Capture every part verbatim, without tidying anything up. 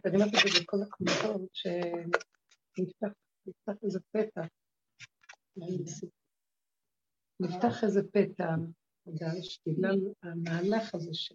אני אומרת את זה בכל הקבוצות, שנפתח איזה פתח, נפתח איזה פתח, חדש, בגלל המהלך הזה ש...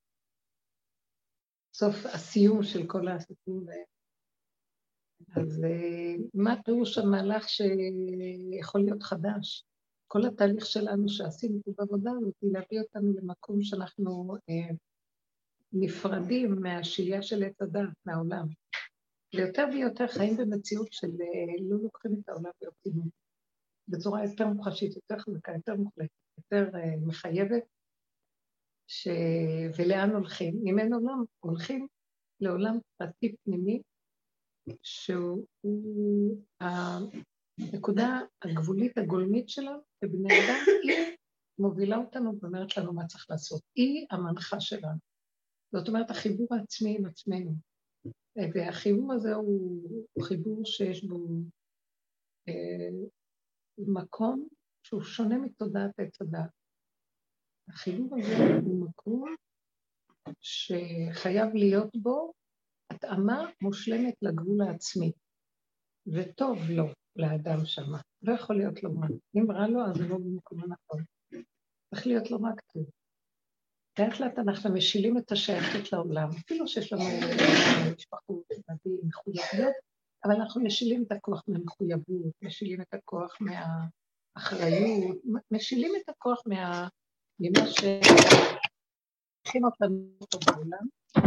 סוף הסיום של כל הסיפור. אז מה פירוש המהלך שיכול להיות חדש? כל התהליך שלנו שעשינו בעבודה הזאת, היא להביא אותנו למקום שאנחנו אה, נפרדים מהשהייה של עץ הדת, מהעולם. ויותר ויותר חיים במציאות של אה, לא לוקחים את העולם ברצינות. בצורה יותר מוחשית, יותר חזקה, יותר מוחלטת, יותר אה, מחייבת. ש... ולאן הולכים? ממנו עולם הולכים לעולם פרטי פנימי, שהוא הנקודה הגבולית הגולמית שלנו, ובני אדם היא מובילה אותנו ואומרת לנו מה צריך לעשות. היא המנחה שלנו. זאת אומרת, החיבור העצמי עם עצמנו. והחיבור הזה הוא חיבור שיש בו אה, מקום שהוא שונה מתודעת עץ הדעת. החיבור הזה הוא מקום שחייב להיות בו התאמה מושלמת לגבול העצמי, וטוב לו לאדם שמה. לא יכול להיות לו מה. אם רע לו, אז זה לא במקום הנכון. צריך להיות לו רק טוב. לאט לאט אנחנו משילים את השייכות לעולם, אפילו שיש לנו משפחות, ילדים, מחויבויות, אבל אנחנו משילים את הכוח מהמחויבות, משילים את הכוח מהאחריות, משילים את הכוח מה... ממה שמכין אותנו פה בעולם,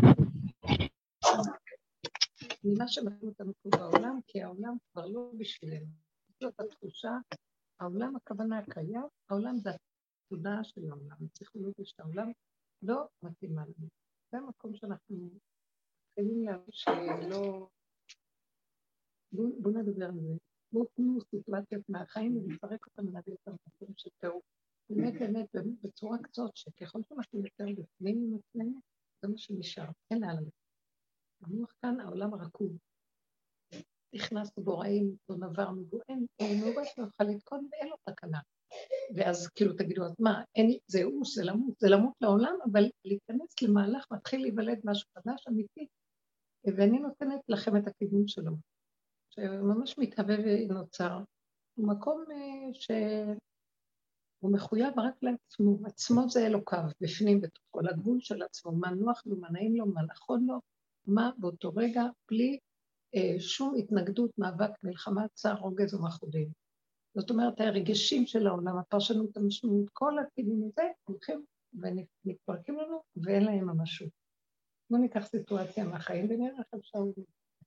ממה שמכין אותנו פה בעולם, כי העולם כבר לא בשבילנו. זאת התחושה, העולם הכוונה הקיים, העולם זה התודעה של העולם, הפסיכולוגיה של העולם, לא מתאימה לנו. זה המקום שאנחנו מתחילים להבין שלא... בואו נדבר על זה. בואו תנו סיטואציות מהחיים ונפרק אותם ונביא אותם במקום של תיאור. באמת, באמת, בצורה קצת שככל שאנחנו יותר בפנים עם עצמנו, זה מה שנשאר, אין לאן. המוח כאן, העולם הרקוב. נכנסנו בו רעים, לא נבר מגוען, אין נובש, לא יוכל לתקון, ואין לו תקנה. ואז כאילו תגידו, אז מה, אין, זה ייאוש, זה למות, זה למות לעולם, אבל להיכנס למהלך, מתחיל להיוולד משהו חדש, אמיתי, ואני נותנת לכם את הכיוון שלו, שממש מתהווה ונוצר. הוא מקום ש... הוא מחויב רק לעצמו, עצמו זה אלוקיו, בפנים בתוכו, לגבול של עצמו, מה נוח לו, מה נעים לו, מה נכון לו, מה באותו רגע, בלי אה, שום התנגדות, מאבק, מלחמה, צער, רוגז ומחודים. זאת אומרת, הרגשים של העולם, הפרשנות, המשמעות, כל הכיוון הזה, הולכים ומתפרקים לנו, ואין להם ממשות. בואו ניקח סיטואציה מהחיים, ונראה איך אפשר לזה.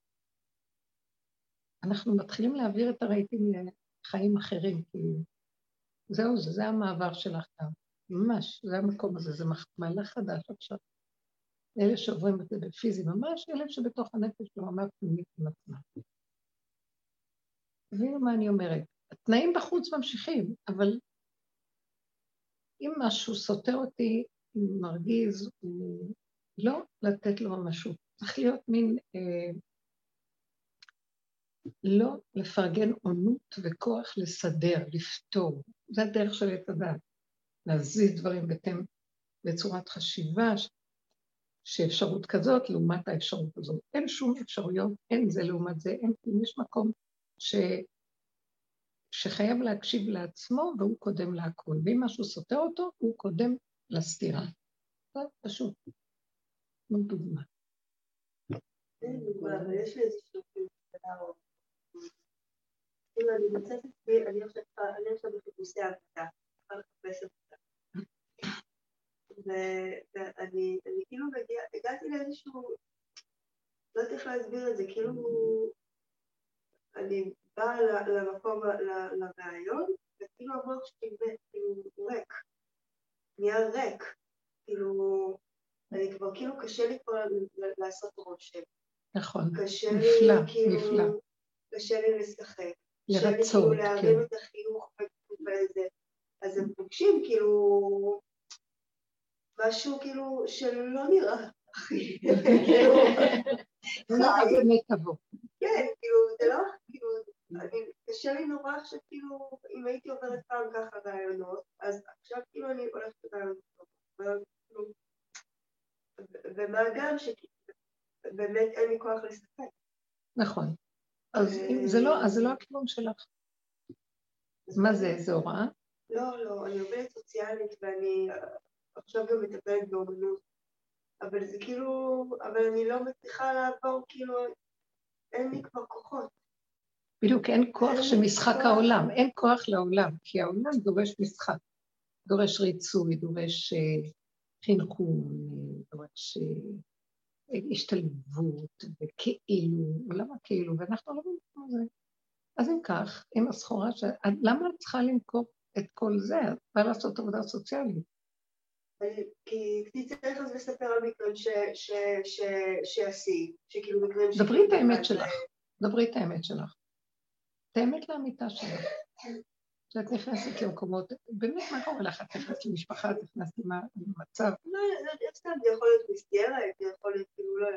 אנחנו מתחילים להעביר את הרהיטים לחיים אחרים, כאילו. זהו, זה, זה המעבר שלך כאן. ממש, זה המקום הזה, זה מהלך חדש עכשיו. אלה שעוברים את זה בפיזי, ממש אלה שבתוך הנפש ברמה פנימית עם עצמם. תבינו מה אני אומרת. התנאים בחוץ ממשיכים, אבל אם משהו סותר אותי, מרגיז, הוא לא לתת לו משהו. צריך להיות מין, אה, לא לפרגן עונות וכוח לסדר, לפתור. זה הדרך של את הדעת. להזיז דברים בתם, בצורת חשיבה, שאפשרות כזאת לעומת האפשרות הזאת. אין שום אפשרויות, אין זה לעומת זה, אין, יש מקום ש... שחייב להקשיב לעצמו והוא קודם להכל, ואם משהו סותר אותו, הוא קודם לסתירה. זה פשוט. לא דוגמה. אין דוגמה, אבל יש לי איזושהי שאלה או... כאילו אני מוצאת את בי, אני עכשיו בחיפושי עבודה, אני מחפש עבודה. ואני כאילו הגעתי לאיזשהו, לא יודעת איך להסביר את זה, כאילו אני באה למקום, לרעיון, וכאילו המוח שלי כאילו ריק, נהיה ריק, כאילו, אני כבר כאילו קשה לי כבר לעשות רושם. נכון, נפלא, נפלא. קשה לי לשחק. לרצות, כן. להרים את החיוך וזה. אז הם פוגשים כאילו משהו כאילו שלא נראה הכי. לא באמת תבוא. כן, כאילו, זה לא, כאילו, קשה לי נורא עכשיו, כאילו, אם הייתי עוברת פעם ככה רעיונות, אז עכשיו כאילו אני הולכת רעיונות. ומה גם באמת אין לי כוח לספק. נכון. אז זה לא, אז זה לא הכיוון שלך. מה זה, זה הוראה? לא, לא, אני עובדת סוציאלית ואני עכשיו גם מטפלת באומנות, אבל זה כאילו, אבל אני לא מצליחה לעבור, כאילו, אין לי כבר כוחות. בדיוק, אין כוח של משחק העולם, אין כוח לעולם, כי העולם דורש משחק, דורש ריצוי, דורש חינכון, דורש השתלבות, וכאילו, למה כאילו, ואנחנו לא במקום הזה. אז אם כך, אם הסחורה, ש... למה את צריכה למכור את כל זה? את באה לעשות עבודה סוציאלית. כי צריך אז לספר על מקרים שעשית, שכאילו מקרים... דברי את האמת שלך, דברי את האמת שלך. את האמת לאמיתה שלך. שאת נכנסת למקומות, באמת מה קורה לך? את נכנסת למשפחה, את נכנסת למצב. לא, זה יכול להיות מסגרת, זה יכול להיות כאילו לא...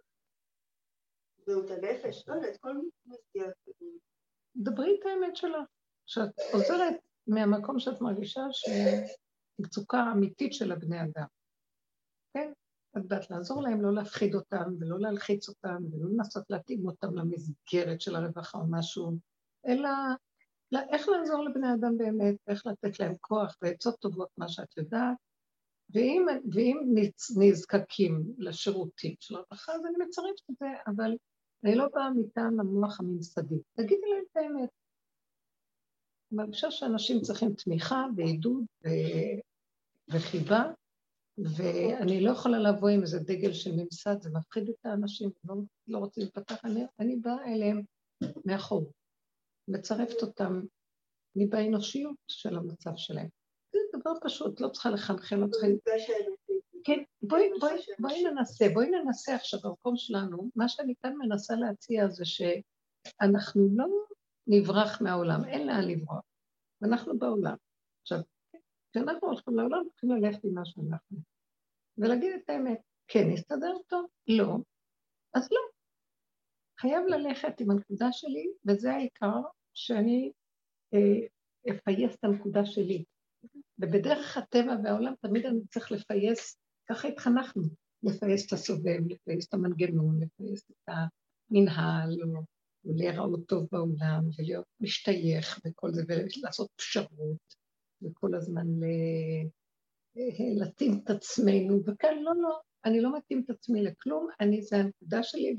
בריאות הנפש, לא יודעת, כל מסגרת. דברי את האמת שלך, שאת עוזרת מהמקום שאת מרגישה שמצוקה אמיתית של הבני אדם. כן? את באת לעזור להם, לא להפחיד אותם ולא להלחיץ אותם ולא לנסות להתאים אותם למסגרת של הרווחה או משהו, אלא איך לעזור לבני אדם באמת, איך לתת להם כוח ועצות טובות מה שאת יודעת, ואם, ואם נזקקים לשירותים של הרווחה, אז אני מצרפת את זה, אבל אני לא באה מטעם המוח הממסדי. תגידי להם את האמת. אני חושב שאנשים צריכים תמיכה ועידוד ו... וחיבה, ואני לא יכולה לבוא עם איזה דגל של ממסד, זה מפחיד את האנשים, לא, לא רוצים לפתח, אני, אני באה אליהם מאחור, מצרפת אותם מבאנושיות של המצב שלהם. זה דבר פשוט, לא צריכה לחנכם, לא צריכה... כן, בואי, בואי, בואי ננסה, בואי ננסה עכשיו במקום שלנו, מה שאני כאן מנסה להציע זה שאנחנו לא נברח מהעולם, אין לאן לברוח, ואנחנו בעולם. עכשיו, כשאנחנו הולכים לעולם, צריכים ללכת עם מה שאנחנו. ולהגיד את האמת, כן, נסתדר טוב? לא. אז לא. חייב ללכת עם הנקודה שלי, וזה העיקר שאני אה, אפייס את הנקודה שלי. ובדרך הטבע והעולם תמיד אני צריך לפייס, ככה התחנכנו, לפייס את הסובב, לפייס את המנגנון, לפייס את המנהל, או להיראות טוב בעולם, ולהיות משתייך וכל זה, ולעשות פשרות, וכל הזמן ל... להתאים את עצמנו, וכאן לא, לא, אני לא מתאים את עצמי לכלום, אני, זה הנקודה שלי,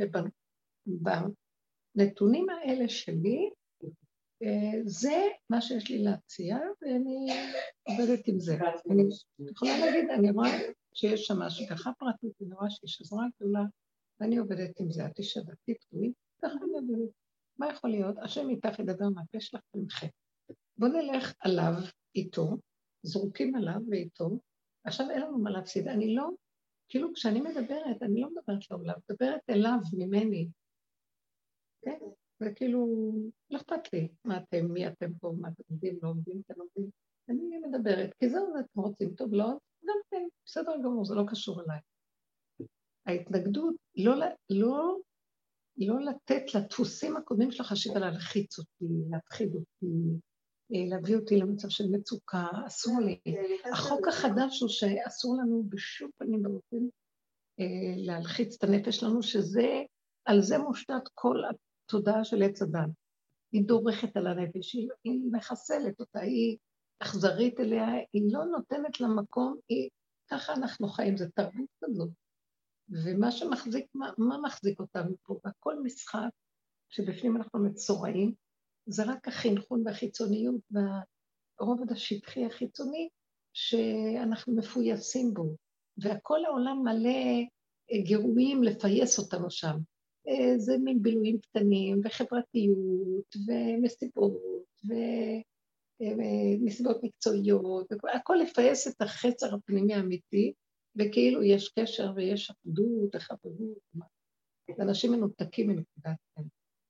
ובנתונים האלה שלי, זה מה שיש לי להציע, ואני עובדת עם זה. אני יכולה להגיד, אני רואה שיש שם השגחה פרטית, אני רואה שיש עזרה גדולה, ואני עובדת עם זה, את אישה דתית, ככה אני עובדת. מה יכול להיות? השם איתך ידבר מהפה שלך ומכם. בוא נלך עליו איתו, זרוקים עליו ואיתו, עכשיו אין לנו מה להפסיד, אני לא, כאילו כשאני מדברת, אני לא מדברת לעולם, מדברת אליו ממני, כן? וכאילו, לא אכפת לי מה אתם, מי אתם פה, מה אתם עומדים, לא עומדים, אתם עומדים, אני מדברת, כי זהו, אתם רוצים טוב, לא, גם כן, בסדר גמור, זה לא קשור אליי. ההתנגדות, לא, לא, לא לתת לדפוסים הקודמים של החשיבה, להלחיץ אותי, להפחיד אותי, להביא אותי למצב של מצוקה, אסור לי. החוק החדש הוא שאסור לנו בשום פנים באופן להלחיץ את הנפש שלנו, שזה, על זה מושתת כל התודעה של עץ הדת. היא דורכת על הנפש, היא, היא מחסלת אותה, היא אכזרית אליה, היא לא נותנת למקום, היא, ככה אנחנו חיים, זה תרבות כזאת. ומה שמחזיק, מה, מה מחזיק אותנו פה? הכל משחק שבפנים אנחנו מצורעים, זה רק החינכון והחיצוניות והרובד השטחי החיצוני שאנחנו מפויסים בו, והכל העולם מלא גירויים לפייס אותנו שם. זה מין בילויים קטנים וחברתיות ומסיבות ומסיבות מקצועיות, הכל לפייס את החצר הפנימי האמיתי, וכאילו יש קשר ויש אחדות וחברות, ואנשים מנותקים מנקודת האמת.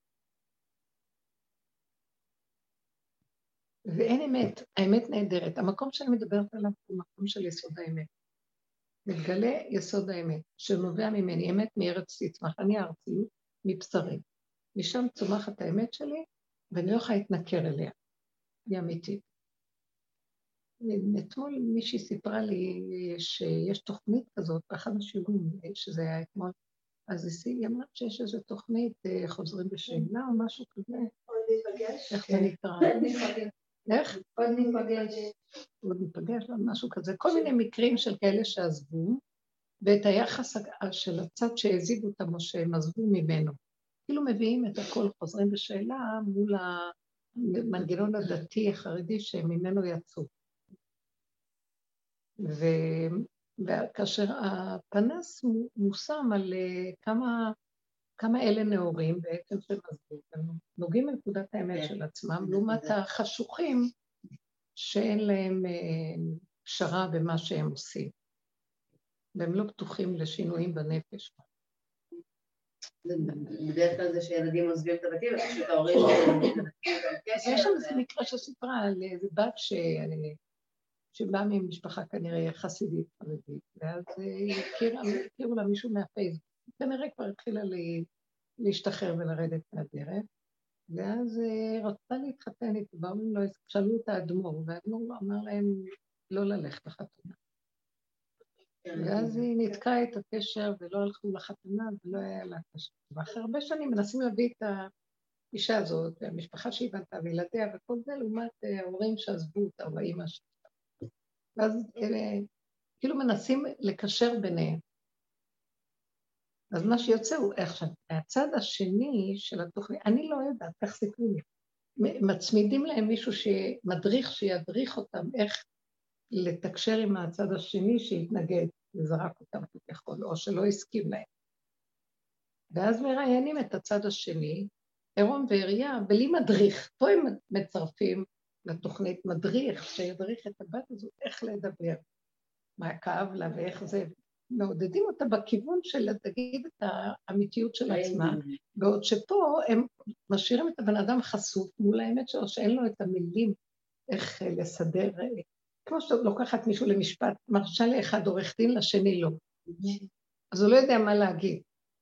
ואין אמת, האמת נהדרת. המקום שאני מדברת עליו הוא מקום של יסוד האמת. מתגלה יסוד האמת, שנובע ממני, אמת מארץ תצמח, אני ארציות מבשרי. משם צומחת האמת שלי, ואני לא יכולה להתנכר אליה. היא אמיתית. אתמול מישהי סיפרה לי שיש תוכנית כזאת, באחד השיעורים שזה היה אתמול, אז היא אמרה שיש איזו תוכנית חוזרים בשאלה או משהו כזה. עוד ניפגש. איך זה נקרא? עוד ניפגש. איך? עוד ניפגש. עוד ניפגש, משהו כזה. כל מיני מקרים של כאלה שעזבו, ואת היחס של הצד שהזיבו אותם או שהם עזבו ממנו. כאילו מביאים את הכל חוזרים בשאלה מול המנגנון הדתי החרדי שממנו יצאו. ו... וכאשר הפנס מושם על כמה, כמה אלה נאורים בעצם שהם עזבו, הם נוגעים לנקודת האמת של עצמם, לעומת החשוכים שאין להם פשרה במה שהם עושים. והם לא פתוחים לשינויים בנפש. בדרך כלל זה שילדים עוזבים את הבתים, ופשוט ההורים שלהם מתנתקים את הקשר. יש שם איזה מקרה שסיפרה על איזה בת שבאה ממשפחה כנראה חסידית חרדית, ואז הכירו לה מישהו מהפייסבוק, כנראה כבר התחילה להשתחרר ולרדת מהדרך, ואז רצתה להתחתן איתו, ואומרים לו, שאלו את האדמו"ר, והאדמו"ר לא אמר להם לא ללכת לחתונה. ואז היא נתקעה את הקשר ולא הלכו לחתונה ולא היה לה קשר. ואחרי הרבה שנים מנסים להביא את האישה הזאת, המשפחה שהיא בנתה וילדיה וכל זה, לעומת ההורים שעזבו אותה או האמא שלה. ואז כאילו מנסים לקשר ביניהם. אז מה שיוצא הוא עכשיו, הצד השני של התוכנית, אני לא יודעת, כך סיפרו לי, מצמידים להם מישהו שמדריך, שידריך אותם איך לתקשר עם הצד השני שהתנגד וזרק אותם ככל, או שלא הסכים להם. ואז מראיינים את הצד השני, עירום ועריה, בלי מדריך. פה הם מצרפים לתוכנית מדריך, שידריך את הבת הזו איך לדבר, מה כאב לה ואיך זה, מעודדים אותה בכיוון של תגיד את האמיתיות של עצמה, בעוד שפה הם משאירים את הבן אדם חשוף מול האמת שלו, שאין לו את המילים איך לסדר, כמו שאתה לוקחת מישהו למשפט, מרשה לאחד עורך דין, לשני לא. אז הוא לא יודע מה להגיד.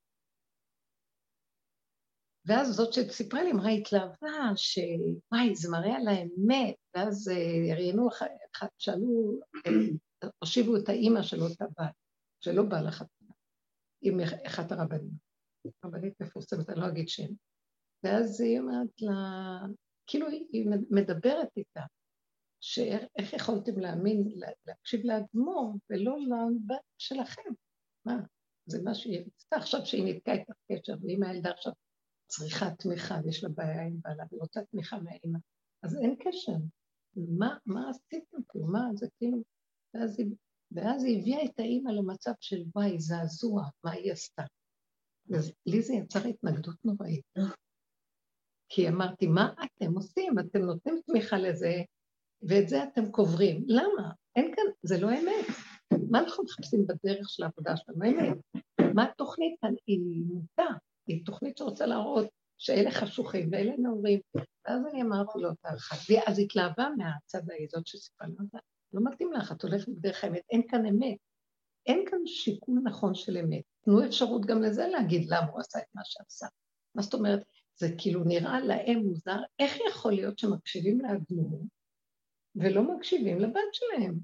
ואז זאת שסיפרה לי, אמרה, התלהבה, שוואי, זה מראה על האמת, ואז ראיינו, שאלו, הושיבו את האימא של אותה בת, שלא באה לחתונה, עם אחת הרבנים. רבנית מפורסמת, אני לא אגיד שם. ואז היא אומרת לה, כאילו היא מדברת איתה, שאיך יכולתם להאמין, להקשיב לאדמו"ר, ולא לבת שלכם. מה? זה מה שהיא רצתה עכשיו, שהיא נתקעה את הקשר, ואם הילדה עכשיו צריכה תמיכה, ויש לה בעיה עם בעלה, והיא רוצה תמיכה מהאימא, אז אין קשר. מה, מה עשיתם פה? מה זה כאילו? ואז היא, ואז היא הביאה את האימא למצב של וואי, זעזוע, מה היא עשתה. אז לי זה יצר התנגדות נוראית. כי אמרתי, מה אתם עושים? אתם נותנים תמיכה לזה, ואת זה אתם קוברים. למה? אין כאן, זה לא אמת. מה אנחנו מחפשים בדרך של העבודה שלנו? אמת. מה התוכנית כאן? היא מוטה. היא תוכנית שרוצה להראות שאלה חשוכים ואלה נאורים. ואז אני אמרתי לו אותה אחת. אז התלהבה מהצד הזאת שסיפרנו אותה. לא מתאים לך, את הולכת בדרך האמת. אין כאן אמת. אין כאן שיקול נכון של אמת. תנו אפשרות גם לזה להגיד למה הוא עשה את מה שעשה. מה זאת אומרת? זה כאילו נראה להם מוזר. איך יכול להיות שמקשיבים לאדמו"ר ולא מקשיבים לבת שלהם?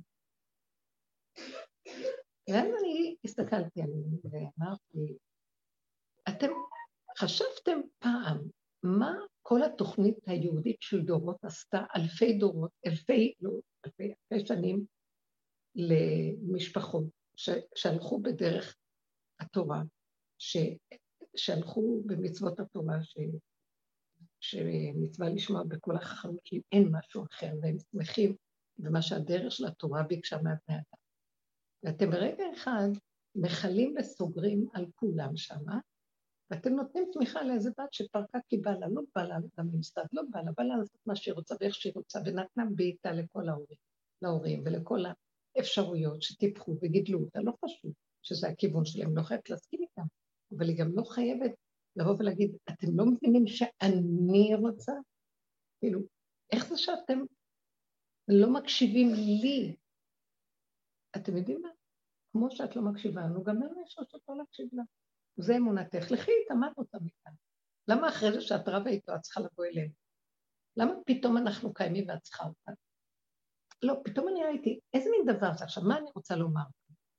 ואז אני הסתכלתי עליהם ואמרתי, אתם חשבתם פעם מה כל התוכנית היהודית של דורות עשתה אלפי דורות, אלפי, לא, אלפי, אלפי שנים למשפחות שהלכו בדרך התורה, שהלכו במצוות התורה, ש... שמצווה לשמוע בכל החכמים, כי אין משהו אחר, והם שמחים במה שהדרך של התורה ביקשה מהבני אדם. ואתם ברגע אחד מחלים וסוגרים על כולם שמה, ואתם נותנים תמיכה לאיזה בת שפרקה כי בא לה, לא בא לה לממסד, לא בא לה, בא לה לעשות מה שהיא רוצה ואיך שהיא רוצה, ונתנה בעיטה לכל ההורים, להורים ולכל האפשרויות שטיפחו וגידלו אותה, לא חשוב שזה הכיוון שלהם, לא חייבת להסכים איתם, אבל היא גם לא חייבת לבוא ולהגיד, אתם לא מבינים שאני רוצה? כאילו, איך זה שאתם לא מקשיבים לי? אתם יודעים מה? כמו שאת לא מקשיבה לנו, גם אין יש רשות לא להקשיב לה. זה אמונתך, לכי תמד אותה מכאן. למה אחרי זה שאת רבה איתו, את צריכה לבוא אליהם? למה פתאום אנחנו קיימים ואת צריכה אותה? לא, פתאום אני ראיתי, איזה מין דבר זה עכשיו? מה אני רוצה לומר?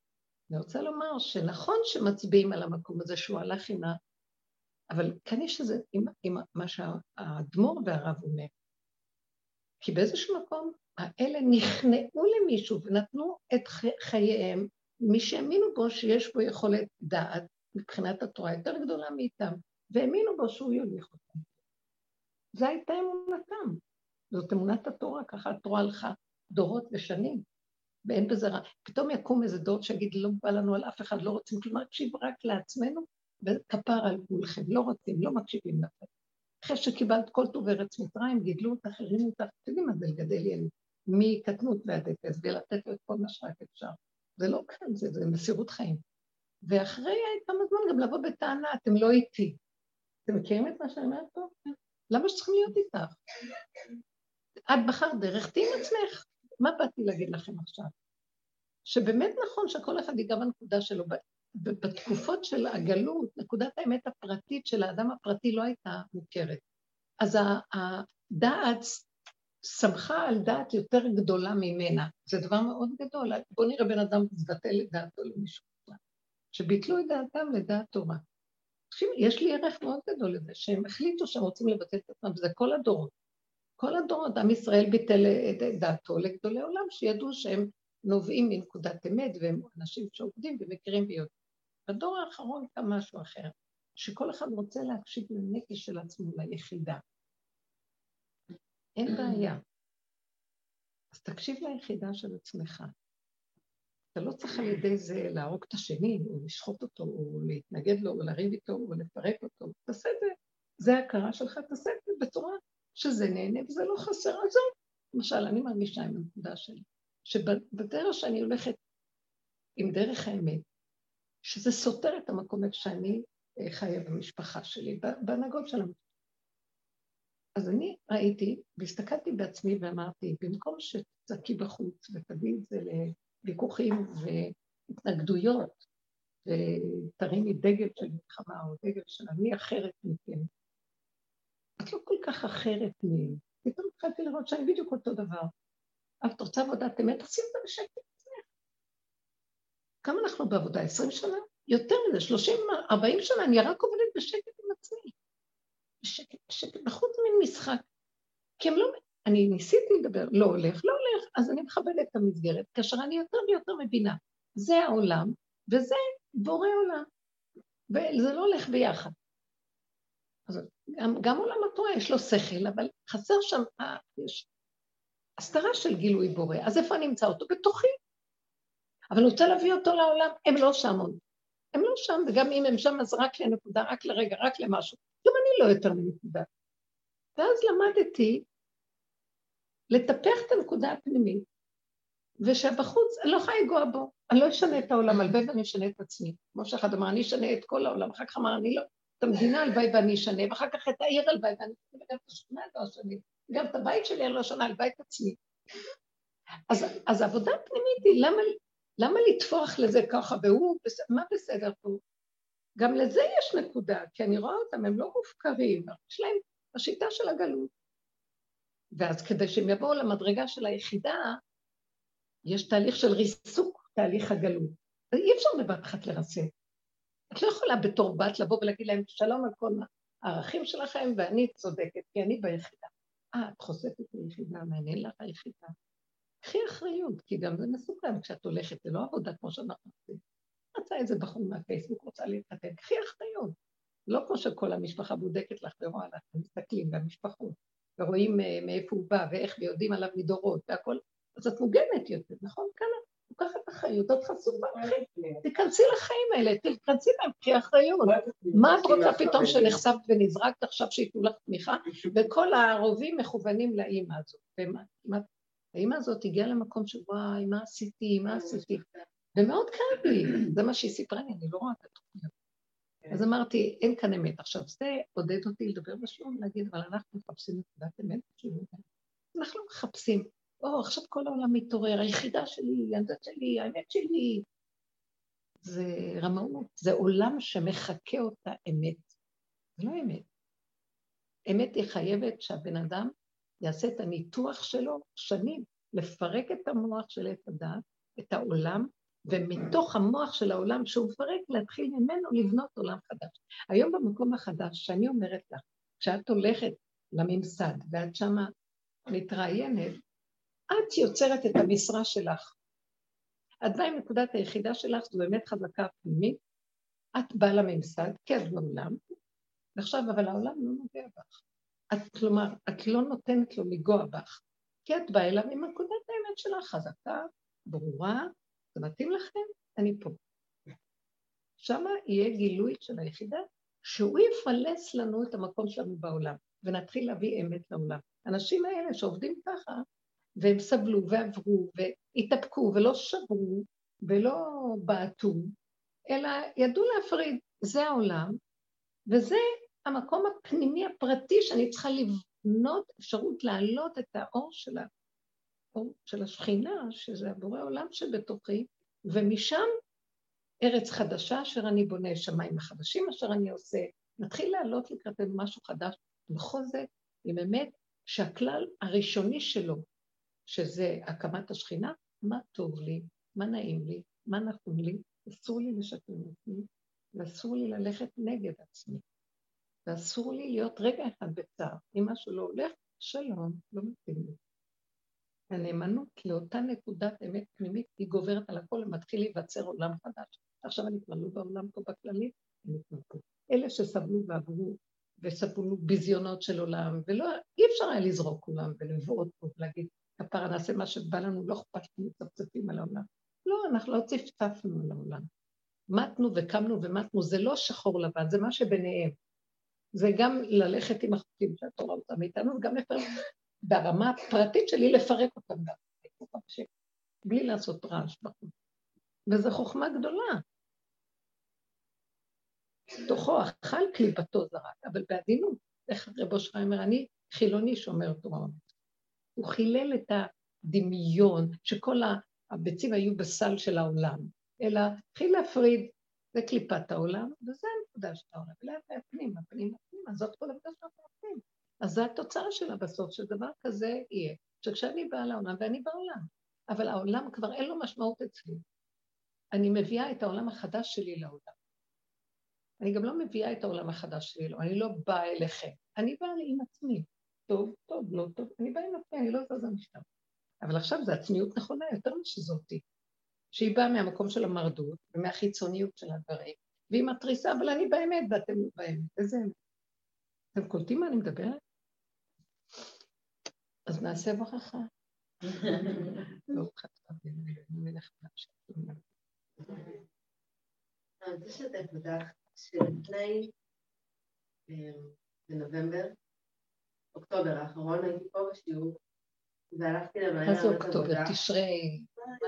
אני רוצה לומר שנכון שמצביעים על המקום הזה שהוא הלך עם ה... אבל כאן יש איזה, עם, עם מה שהאדמו"ר והרב אומר. כי באיזשהו מקום, האלה נכנעו למישהו ונתנו את חייהם, מי שהאמינו בו שיש בו יכולת דעת, מבחינת התורה יותר גדולה מאיתם, והאמינו בו שהוא יוליך אותם. זו הייתה אמונתם. זאת אמונת התורה, ככה התורה הלכה דורות ושנים, ואין בזה רע. פתאום יקום איזה דור שיגיד, לא בא לנו על אף אחד, לא רוצים, כלומר, תקשיב רק לעצמנו, וכפר על כולכם, לא רוצים, לא מקשיבים לכם. אחרי שקיבלת כל טוב ארץ מצרים, גידלו אותך, הרימו אותך, תגידי מה זה לגדל ילד, מקטנות ועד אפס, ולתת לו את כל מה שרק אפשר. זה לא כאן, זה, זה מסירות חיים. ואחרי כמה זמן גם לבוא בטענה, אתם לא איתי. אתם מכירים את מה שאני אומרת פה? למה שצריכים להיות איתך? את בחרת דרך, תהי עם עצמך. מה באתי להגיד לכם עכשיו? שבאמת נכון שכל אחד ייגע בנקודה שלו, בתקופות של הגלות, נקודת האמת הפרטית של האדם הפרטי לא הייתה מוכרת. אז הדעת שמחה על דעת יותר גדולה ממנה. זה דבר מאוד גדול. בוא נראה בן אדם מבטל לדעתו למישהו. שביטלו את דעתם לדעת תורה. יש לי ערך מאוד גדול לזה, שהם החליטו שהם רוצים לבטל את עצמם, וזה כל הדורות. כל הדורות, עם ישראל ביטל את דעתו לגדולי עולם, שידעו שהם נובעים מנקודת אמת, והם אנשים שעובדים ומכירים ויודעים. בדור האחרון קם משהו אחר, שכל אחד רוצה להקשיב לנפש של עצמו, ליחידה. אין בעיה. אז תקשיב ליחידה של עצמך. אתה לא צריך על ידי זה להרוג את השני, או לשחוט אותו, או להתנגד לו, או לריב איתו, או לפרק אותו. תעשה את זה. זה ההכרה שלך, תעשה את זה בצורה שזה נהנה, וזה לא חסר. אז זהו. למשל, אני מרגישה עם הנקודה שלי, שבדרך שאני הולכת עם דרך האמת, שזה סותר את המקום איך שאני חיה במשפחה שלי, בהנהגות של המשפחה. אז אני ראיתי, והסתכלתי בעצמי ואמרתי, במקום שתצעקי בחוץ ותביא את זה לוויכוחים והתנגדויות, ותרימי דגל של מלחמה או דגל של אני אחרת מכם, את לא כל כך אחרת מהם. פתאום התחלתי לראות שאני בדיוק אותו דבר. אבל את רוצה עבודת אמת, תשים את זה בשקט עצמך. כמה אנחנו בעבודה? עשרים שנה? יותר מזה, שלושים, ארבעים שנה, אני רק עובדת בשקט עם עצמי. בשקט, בשקט, בחוץ מן משחק. כי הם לא, אני ניסיתי לדבר, לא הולך, לא הולך, אז אני מכבדת את המסגרת, כאשר אני יותר ויותר מבינה. זה העולם, וזה בורא עולם. וזה לא הולך ביחד. אז גם, גם עולם התורה יש לו שכל, אבל חסר שם, אה, יש הסתרה של גילוי בורא. אז איפה אני אמצא אותו? בתוכי. אבל אני רוצה להביא אותו לעולם, הם לא שם עוד. הם לא שם, וגם אם הם שם, אז רק לנקודה, רק לרגע, רק למשהו. גם אני לא יותר מנקודה. ואז למדתי לטפח את הנקודה הפנימית, ושבחוץ אני לא יכולה לגוע בו, אני לא אשנה את העולם, הלוואי ואני אשנה את עצמי. כמו שאחד אמר, אני אשנה את כל העולם, אחר כך אמר, אני לא, את המדינה הלוואי ואני אשנה, ואחר כך את העיר הלוואי ואני אשנה, וגם את השכונה לא אשנה, גם את הבית שלי אני לא אשנה, הלוואי את עצמי. אז, אז העבודה הפנימית היא, למה, למה לתפוח לזה ככה, והוא, מה בסדר פה? גם לזה יש נקודה, כי אני רואה אותם, הם לא מופקרים, יש להם השיטה של הגלות. ואז כדי שהם יבואו למדרגה של היחידה, יש תהליך של ריסוק, תהליך הגלות. אי אפשר בבת אחת לרסק. את לא יכולה בתור בת לבוא ולהגיד להם, שלום על כל הערכים שלכם, ואני צודקת, כי אני ביחידה. אה, את חושפת ביחידה, מעניין לך היחידה. קחי אחריות, כי גם זה מסוכן, כשאת הולכת, זה לא עבודה כמו שאנחנו עושים. רצה איזה בחור מהפייסבוק, רוצה להתחתן, קחי אחריות. לא כמו שכל המשפחה בודקת לך ורואה לך, מסתכלים במשפחות, ורואים מאיפה הוא בא, ואיך ויודעים עליו מדורות, והכל. אז את מוגנת יותר, נכון? כאן את לוקחת אחריות, את חשופה אחרת. תיכנסי לחיים האלה, תיכנסי להם, קחי אחריות. מה את רוצה פתאום שנחשפת ונזרקת עכשיו שיתנו לך תמיכה, וכל הערובים מכוונים לאמא הזאת. האמא הזאת הגיעה למקום שוואי, מה עשיתי, מה עשיתי? ומאוד כאב לי, זה מה שהיא סיפרה לי, אני לא רואה את התוכניות. אז אמרתי, אין כאן אמת. עכשיו, זה עודד אותי לדבר בשלום, להגיד, אבל אנחנו מחפשים נקודת אמת, אנחנו מחפשים, או, עכשיו כל העולם מתעורר, היחידה שלי, הדת שלי, האמת שלי. זה רמאות, זה עולם שמחכה אותה אמת. זה לא אמת. אמת היא חייבת שהבן אדם יעשה את הניתוח שלו שנים, לפרק את המוח של את הדעת, את העולם, ומתוך המוח של העולם שהוא מפרק, להתחיל ממנו לבנות עולם חדש. היום במקום החדש, שאני אומרת לך, כשאת הולכת לממסד, ואת שמה מתראיינת, את יוצרת את המשרה שלך. את באה עם נקודת היחידה שלך, זו באמת חזקה פנימית, את באה לממסד, כי את בעולם, ועכשיו, אבל העולם לא נוגע בך. את, כלומר, את לא נותנת לו לגוע בך, כי את באה אליו עם נקודת האמת שלך, חזקה, ברורה, זה מתאים לכם? אני פה. שמה יהיה גילוי של היחידה, שהוא יפלס לנו את המקום שלנו בעולם, ונתחיל להביא אמת לעולם. האנשים האלה שעובדים ככה, והם סבלו ועברו והתאפקו ולא שברו ולא בעטו, אלא ידעו להפריד, זה העולם, וזה המקום הפנימי הפרטי שאני צריכה לבנות אפשרות להעלות את האור של, האור של השכינה, שזה הבורא עולם שבתוכי, ומשם ארץ חדשה אשר אני בונה, שמיים החדשים אשר אני עושה, נתחיל לעלות לקראתנו משהו חדש, בחוזק, עם אמת, שהכלל הראשוני שלו, שזה הקמת השכינה, מה טוב לי, מה נעים לי, מה נכון לי, אסור לי לשקר עצמי, ואסור לי ללכת נגד עצמי, ואסור לי להיות רגע אחד בצער. אם משהו לא הולך, שלום, לא מתאים לי. הנאמנות לאותה נקודת אמת פנימית, היא גוברת על הכל, ומתחיל להיווצר עולם חדש. עכשיו אני כבר לא בעולם פה בכללי, אני כבר פה. אלה שסבלו ועברו, וסבלו ביזיונות של עולם, ולא, אי אפשר היה לזרוק עולם ולבוא פה ולהגיד, כפרה נעשה מה שבא לנו, לא אכפת לנו צפצפים על העולם. לא, אנחנו לא צפצפנו על העולם. מתנו וקמנו ומתנו, זה לא שחור לבן, זה מה שביניהם. זה גם ללכת עם החוקים שהתורה אותם מאיתנו, וגם לפרק, ברמה הפרטית שלי לפרק אותם גם, בלי לעשות רעש בחוץ. וזו חוכמה גדולה. תוכו אכל קליפתו זרק, אבל בעדינות, איך רבו שחי אומר, אני חילוני שומר תורה. הוא חילל את הדמיון, שכל הביצים היו בסל של העולם, אלא התחיל להפריד, זה קליפת העולם, וזה הנקודה של העולם, ולאט הפנים, הפנים, הפנים, אז זאת כל עבודה של הפנים. אז זו התוצאה שלה בסוף, שדבר כזה יהיה, שכשאני באה לעולם, ואני בעולם, אבל העולם כבר אין לו משמעות אצלי. אני מביאה את העולם החדש שלי לעולם. אני גם לא מביאה את העולם החדש שלי, לא. אני לא באה אליכם, אני באה עם עצמי. טוב, טוב, לא טוב, אני באה עם עצמי, אני לא זזה משם. אבל עכשיו זו עצמיות נכונה יותר משזאתי, שהיא באה מהמקום של המרדות, ומהחיצוניות של הדברים, והיא מתריסה, אבל אני באמת, ואתם לא באמת. איזה... אתם קולטים מה אני מדברת? אז נעשה ברכה. לא חצה בין מלך נפשי. אני רוצה שתף אותך שלפני בנובמבר, אוקטובר האחרון, הייתי פה בשיעור, והלכתי למעלה... מה זה אוקטובר? תשרי...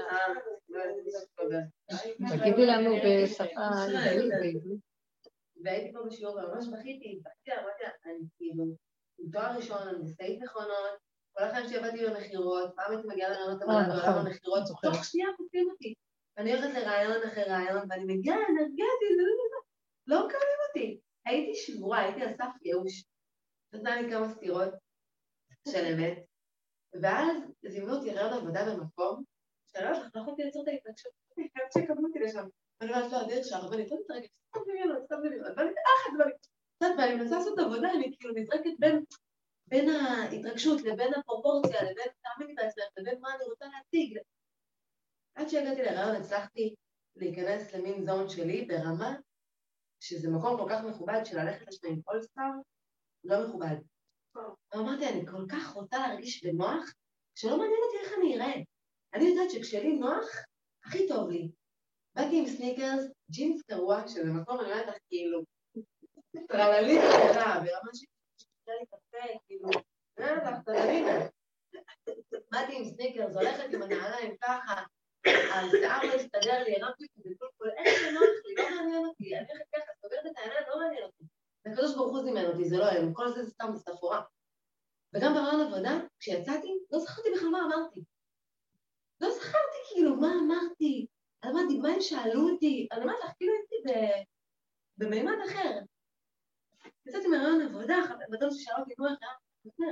תגידי לנו בשפה עברית. והייתי פה בשיעור וממש בכיתי, בכיתי, אמרתי, אני כאילו, עם תואר ראשון, אני בסעית מכונות, כל החיים שעבדתי במחירות, פעם הייתי מגיעה לרעיונות עבודה בעולם המחירות, תוך שנייה קופים אותי. ואני הולכת לרעיון אחרי רעיון, ואני מגיעה אנרגטית, לא מקבלים אותי. הייתי שבורה, הייתי על סף ייאוש. נתנה לי כמה סתירות של אמת, ואז זימנו אותי רעיון עבודה במקום, שאני לא יכולה ליצור את ההתנגשות, אני חייבת שיקבלו אותי לשם. ואני אומרת לו, הדרך שם, אבל אני תודה רגע, סתם דמיונות, סתם דמיונות, ואני אחת, ואני מנסה לעשות עבודה, אני כאילו נזרקת בין בין ההתרגשות לבין הפרופורציה, לבין תאמין בעצמך, לבין מה אני רוצה להציג. עד שהגעתי לרעיון, הצלחתי להיכנס למין זון שלי ברמה, שזה מקום כל כך מכובד של ללכת לשם עם אולסטאר, לא מכובד. אמרתי, אני כל כך רוצה להרגיש בנוח, שלא מעניין אותי איך אני אראה. אני יודעת שכשלי נוח, הכי טוב לי. באתי עם סניקרס, ג'ינס קרוע, שזה מקום, אני אומרת לך כאילו, טרללית קרה, ברמה שכשלה לי קפה, כאילו, נראה לך, טרללינה. באתי עם סניקרס, הולכת עם הנעליים ככה, השיער לא הסתדר לי, הרמתי אותי בכל כל, איך זה נוח לי, לא מעניין אותי, אני הולכת ככה, סוגרת את העיניים, לא מעניין אותי. הקדוש ברוך הוא זימן אותי, זה לא הם, כל זה סתם סתפורה. וגם ברעיון עבודה, כשיצאתי, לא זכרתי בכלל מה אמרתי. לא זכרתי כאילו מה אמרתי, על מה, מה הם שאלו אותי, אני אומרת לך, כאילו הייתי במימד אחר. יצאתי מהרעיון עבודה, בדון ששאלה אותי כמו אחד,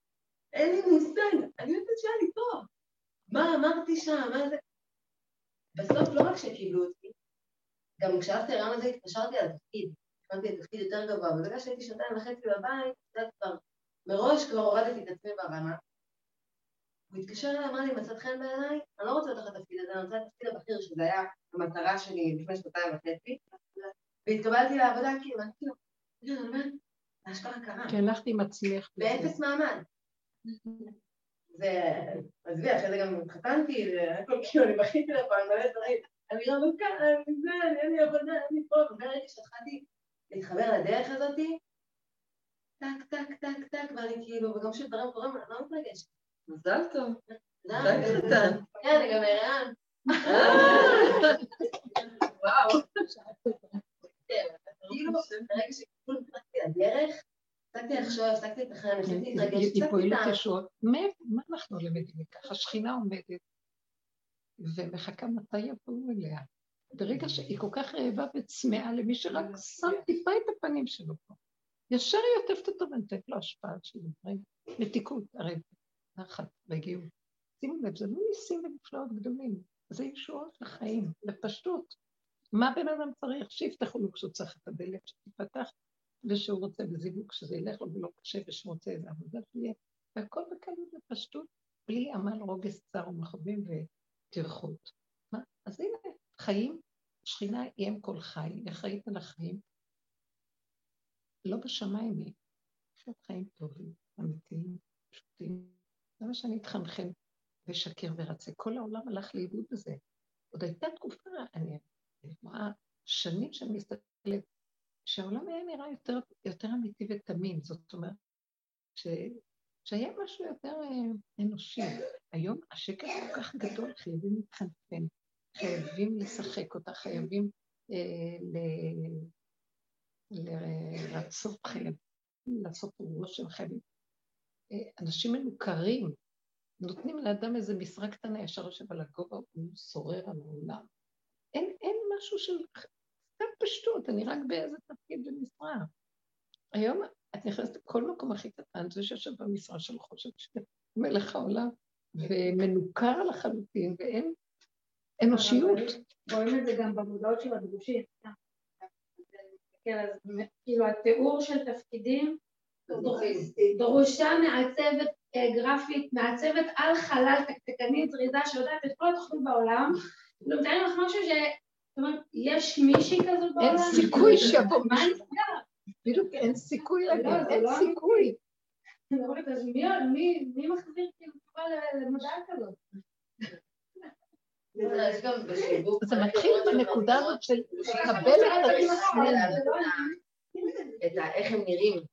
אין לי מושג, אני יודעת שהיה לי טוב. מה אמרתי שם, מה זה? בסוף לא רק שקיבלו אותי, גם כשהלכתי לרעיון הזה התקשרתי על התפקיד, התקשרתי על תפקיד יותר גבוה, ובגלל שהייתי שנתיים וחצי בבית, כבר, מראש כבר הורדתי את עצמי ברמה. הוא התקשר אליי, אמר לי, מצאת חן בעיניי, אני לא רוצה אותך לתפקיד הזה, אני רוצה את התפקיד הבכיר, שזה היה המטרה שלי לפני שנתיים וחצי, והתקבלתי לעבודה, כאילו, אני כאילו, אני אומרת, ההשכרה קרה. כי הלכתי עם עצמך. באפס מעמד. ועזבי, אחרי זה גם התחתנתי, והכל כאילו, אני בכיתי לפה, אני מלא דברים, אני רמוקה, אני זה, אין לי עבודה, אין לי פה, וברגע שהתחלתי להתחבר לדרך הזאת, טק, טק, טק, טק, ואני כאילו, וגם שדברים קוראים, אני לא מתרגשת. מזל טוב. מזל קטן. כן, אני גם הרען. וואו. כאילו, ברגע שכאילו נתתי לדרך, הפסקתי לחשוב, הפסקתי לתכנן, הפסקתי להתרגש, היא פועלת ישועות. מה אנחנו למדים מכך? השכינה עומדת ומחכה מתי יבואו אליה. ברגע שהיא כל כך רעבה וצמאה למי שרק שם טיפה את הפנים שלו פה. ישר היא עוטפת אותו ונתת לו השפעה של דברים. מתיקות, הרי נחת והגיעו. שימו לב, זה לא ניסים ונפלאות גדולים, זה ישועות לחיים, בפשטות. מה בן אדם צריך? שיפתחו לו כשהוא צריך את הדלת שתפתח, ושהוא רוצה בזיווג, שזה ילך לו ולא קשה, ושהוא רוצה איזה עבודה שיהיה, והכל בקלות בפשטות, בלי עמל רוגז צר ומחבים ותרחות. מה? אז הנה, חיים, שכינה היא אם כל חי, היא אחראית על החיים, לא בשמיים היא, יש לך חיים טובים, אמיתיים, פשוטים. זה מה שאני אתחנכן ושקר ורצה. כל העולם הלך לאיבוד בזה. עוד הייתה תקופה, אני רואה שנים שאני מסתכלת, שהעולם היה נראה יותר, יותר אמיתי ותמים, זאת אומרת, ש... שהיה משהו יותר אנושי. היום השקר כל כך גדול, חייבים להתחנפן, חייבים לשחק אותה, חייבים אה, ל... לרצות, חייבים לעשות רושם, חייבים. אנשים מנוכרים, נותנים לאדם איזה משרה קטנה, ישר יושב על הגובה, הוא שורר על העולם. אין, אין משהו של קצת פשטות, אני רק באיזה תפקיד במשרה. היום את נכנסת לכל מקום הכי קטן, זה שיושב במשרה של חושב שמלך העולם, ומנוכר לחלוטין, ואין אנושיות. רואים את זה גם במודעות של הדרושים. כאילו התיאור של תפקידים, דרושה מעצבת גרפית, מעצבת על חלל תקתקנית, זריזה שיודעת את כל התוכנית בעולם, לא מתארים לך משהו ש... זאת אומרת, יש מישהי כזאת בעולם? אין סיכוי שיבוא מישהו. בדיוק, אין סיכוי להגיד, אין סיכוי. אז מי מחזיר כאילו תשובה למדעה כזאת? זה מתחיל בנקודה הזאת של לקבל את עצמנו. איך הם נראים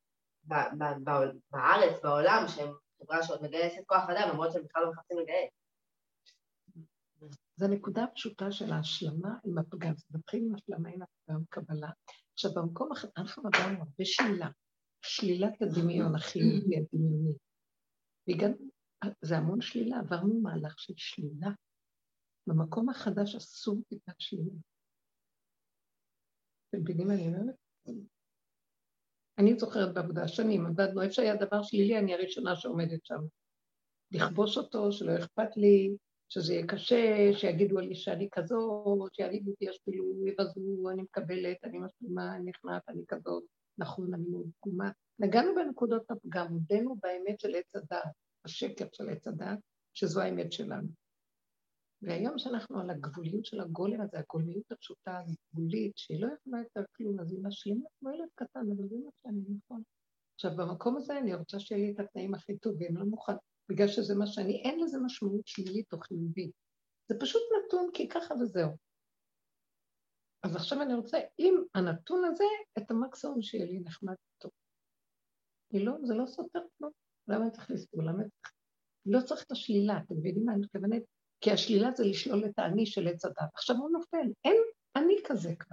בארץ, בעולם, שהם חברה שעוד מגייסת כוח אדם, למרות שהם בכלל לא מחפשים לגייס. זו נקודה פשוטה של ההשלמה עם הפגם. זה מתחיל עם השלמה עם הפגם קבלה. עכשיו, במקום אחר, אנחנו עברנו הרבה שלילה. שלילת הדמיון החיובי, הדמיוני. וגם, זה המון שלילה, עברנו מהלך של שלילה. במקום החדש אסור טיפה שלילה. אתם מבינים מה אני אומרת? אני זוכרת בעבודה שנים, עבדנו, איפה שהיה דבר שלילי, אני הראשונה שעומדת שם. לכבוש אותו, שלא אכפת לי, שזה יהיה קשה, שיגידו לי שאני כזו, שיגידו לי, ישפילו, יבזו, אני מקבלת, אני משלימה, אני נכנעת, אני כזאת, נכון, אני מאוד פגומה. נגענו בנקודות הפגם, הודנו באמת של עץ הדעת, השקר של עץ הדעת, שזו האמת שלנו. והיום שאנחנו על הגבוליות של הגולם הזה, הגולמיות הפשוטה, הגבולית, שהיא לא יכולה יותר כלום, אז היא משלימה כמו ילד קטן, אבל זה מה שאני נכון. עכשיו, במקום הזה אני רוצה שיהיה לי את התנאים הכי טובים, לא מוכן, בגלל שזה מה שאני, אין לזה משמעות שלילית או חיובית. זה פשוט נתון, כי ככה וזהו. אז עכשיו אני רוצה, עם הנתון הזה, את המקסימום שיהיה לי נחמד טוב. לא, זה לא סותר כלום. למה צריך לסבור? למה צריך? לא צריך את השלילה, אתם מבינים מה אני מתכוונת? כי השלילה זה לשלול את האני של עץ הדת. עכשיו הוא נופל, אין אני כזה כבר.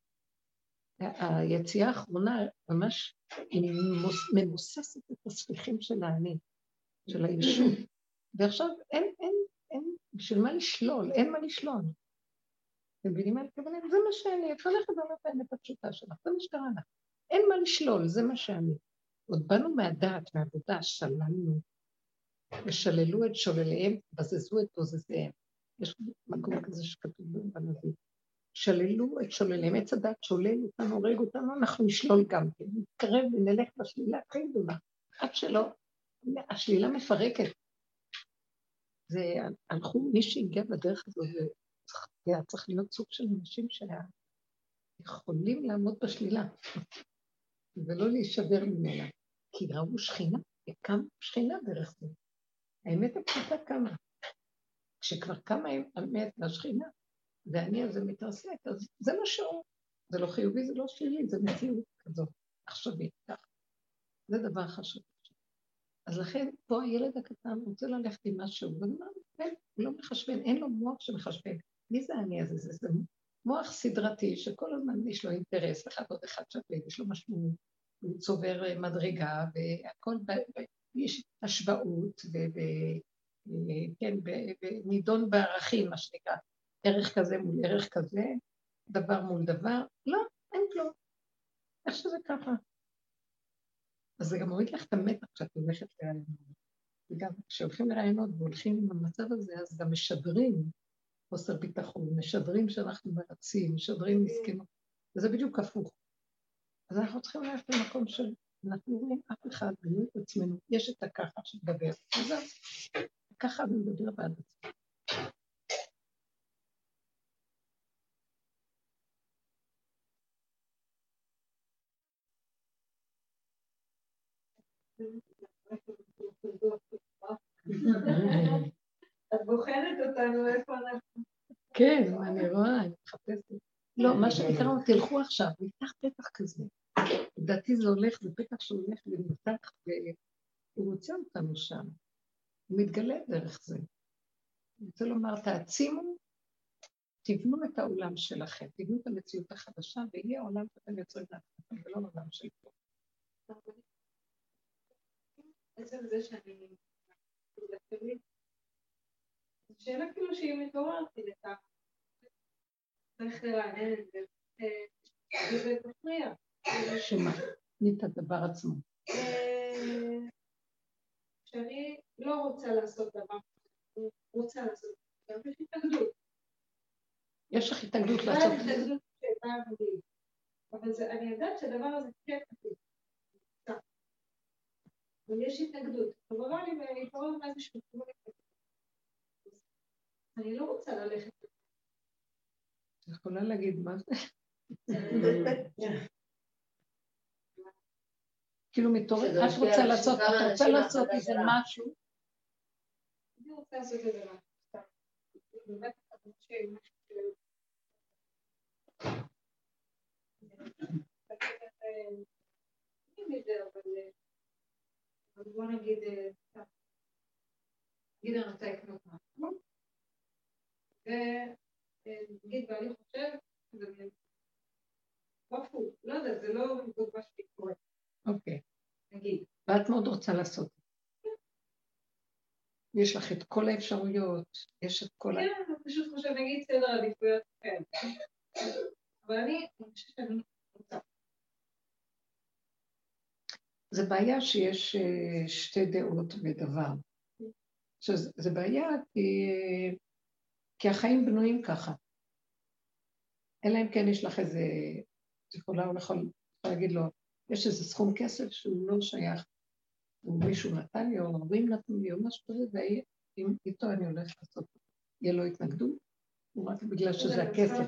היציאה האחרונה ממש ממוססת את הספיחים של האני, של הישות. ועכשיו אין, אין, אין, בשביל מה לשלול? אין מה לשלול. אתם מבינים מה אני מתכוונת? זה מה שאני, את הולכת על האמת הפשוטה שלך, זה מה שקרה לך. אין מה לשלול, זה מה שאני. עוד באנו מהדעת, מהעבודה, שללנו. ושללו את שולליהם, בזזו את בוזזיהם. יש מקום כזה שכתוב בנביא. שללו את שוללים, עץ הדת שולל אותנו, הורג אותנו, אנחנו נשלול גם כן, נתקרב ונלך בשלילה הכי גדולה, עד שלא, השלילה מפרקת. זה, הלכו, מי שהגיע בדרך הזו, זה היה צריך להיות סוג של אנשים שיכולים לעמוד בשלילה, ולא להישבר ממנה, כי ראו שכינה, וכמה שכינה דרך זה. האמת הפשוטה כמה. כשכבר כמה האמת והשכינה, ואני הזה מתרסק, אז זה לא שהוא, זה לא חיובי, זה לא שלילי, זה מציאות כזאת, עכשווית, ככה. זה דבר חשוב. אז לכן, פה הילד הקטן רוצה ללכת עם משהו, ואומר, הוא לא מחשבן, אין לו מוח שמחשבן. מי זה אני הזה? זה, זה מוח סדרתי, שכל הזמן יש לו אינטרס, אחד עוד אחד שווה, יש לו משמעות, הוא צובר מדרגה, והכל, יש השוואות, וכן, ונידון בערכים, מה שנקרא. ערך כזה מול ערך כזה, דבר מול דבר, לא, אין כלום. איך שזה ככה. אז זה גם מוריד לך את המתח כשאת הולכת לרעיונות. וגם כשהולכים לרעיונות והולכים עם המצב הזה, אז גם משדרים חוסר ביטחון, משדרים שאנחנו מרצים, משדרים מסכנות, וזה בדיוק הפוך. אז אנחנו צריכים ללכת למקום של, אנחנו רואים אף אחד, ולא את עצמנו, יש את הככה שמדבר, וזהו, ככה אני מדבר בעד עצמי. את בוחנת אותנו איפה אנחנו. כן, אני רואה, אני מחפשת. לא, מה שנקרא, תלכו עכשיו, נפתח פתח כזה. לדעתי זה הולך, זה פתח שהולך ונפתח, והוא רוצה אותנו שם. הוא מתגלה דרך זה. אני רוצה לומר, תעצימו, תבנו את העולם שלכם, תבנו את המציאות החדשה, ויהיה העולם שאתם יוצרים לעצמכם, ולא עולם של פה. עצם זה שאני מתחילה, זו שאלה כאילו שהיא מתעוררת לי לכך. צריך לרענן את זה, וזה תפריע. שמה? נית הדבר עצמו. שאני לא רוצה לעשות דבר, אני רוצה לעשות דבר, יש התנגדות. יש לך התנגדות לעשות דבר. יש התנגדות שבאה בלי. אבל אני יודעת שהדבר הזה כן כתוב. אבל יש התנגדות. חברה לי ולהתעורר מאיזשהו תמונה. אני לא רוצה ללכת. את יכולה להגיד מה זה? כאילו מתעורר, את רוצה לעשות, את רוצה לעשות איזה משהו? אני רוצה לעשות איזה משהו. באמת, אני חושב משהו אני מזה, אבל בוא נגיד, נגיד אני רוצה לקנות משהו, ונגיד, ואני חושב, זה לא יודע, זה לא מה שקורה. אוקיי. נגיד. ואת מאוד רוצה לעשות. יש לך את כל האפשרויות, יש את כל ה... כן, אני פשוט חושב, נגיד סדר עדיפויות, כן. אבל אני חושבת שאני רוצה. זה בעיה שיש שתי דעות בדבר. זה בעיה כי, כי החיים בנויים ככה. אלא אם כן יש לך איזה, יכולה או יכול להגיד לו, יש איזה סכום כסף שהוא לא שייך, או מישהו נתן לי, או הורים נתנו לי, או משהו כזה, ואם איתו אני הולך לעשות, יהיה לו התנגדות, רק בגלל שזה הכסף.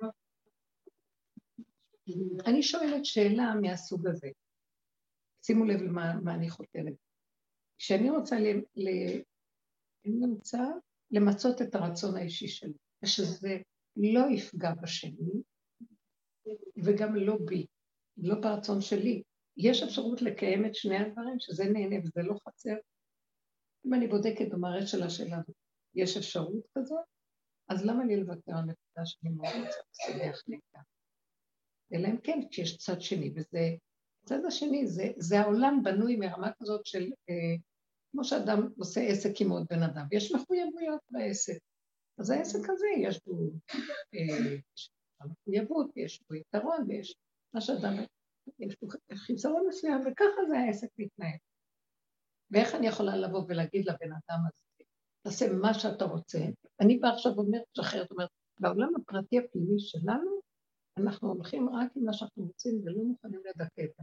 אני שואלת שאלה מהסוג הזה. שימו לב למה מה אני חותרת. כשאני רוצה ל, ל, נמצא, למצות את הרצון האישי שלי, ושזה לא יפגע בשני, וגם לא בי, לא ברצון שלי. יש אפשרות לקיים את שני הדברים, שזה נהנה וזה לא חצר. אם אני בודקת במערכת של השאלה, יש אפשרות כזאת, אז למה לי לוותר על נקודה שאני מאוד רוצה לסמך נקודה? אלא אם כן, כשיש צד שני, וזה, הצד השני, זה, זה העולם בנוי מרמה כזאת של, אה, כמו שאדם עושה עסק עם עוד בן אדם, יש מחויבויות בעסק. אז העסק הזה יש בו אה, מחויבות, יש בו יתרון, ויש מה שאדם, יש בו חיסרון מסוים, וככה זה העסק מתנהל. ואיך אני יכולה לבוא ולהגיד לבן אדם הזה, תעשה מה שאתה רוצה. אני באה עכשיו ואומרת, שחררת, אומרת, בעולם הפרטי הפנימי שלנו, אנחנו הולכים רק עם מה שאנחנו רוצים ולא מוכנים לדכא את זה.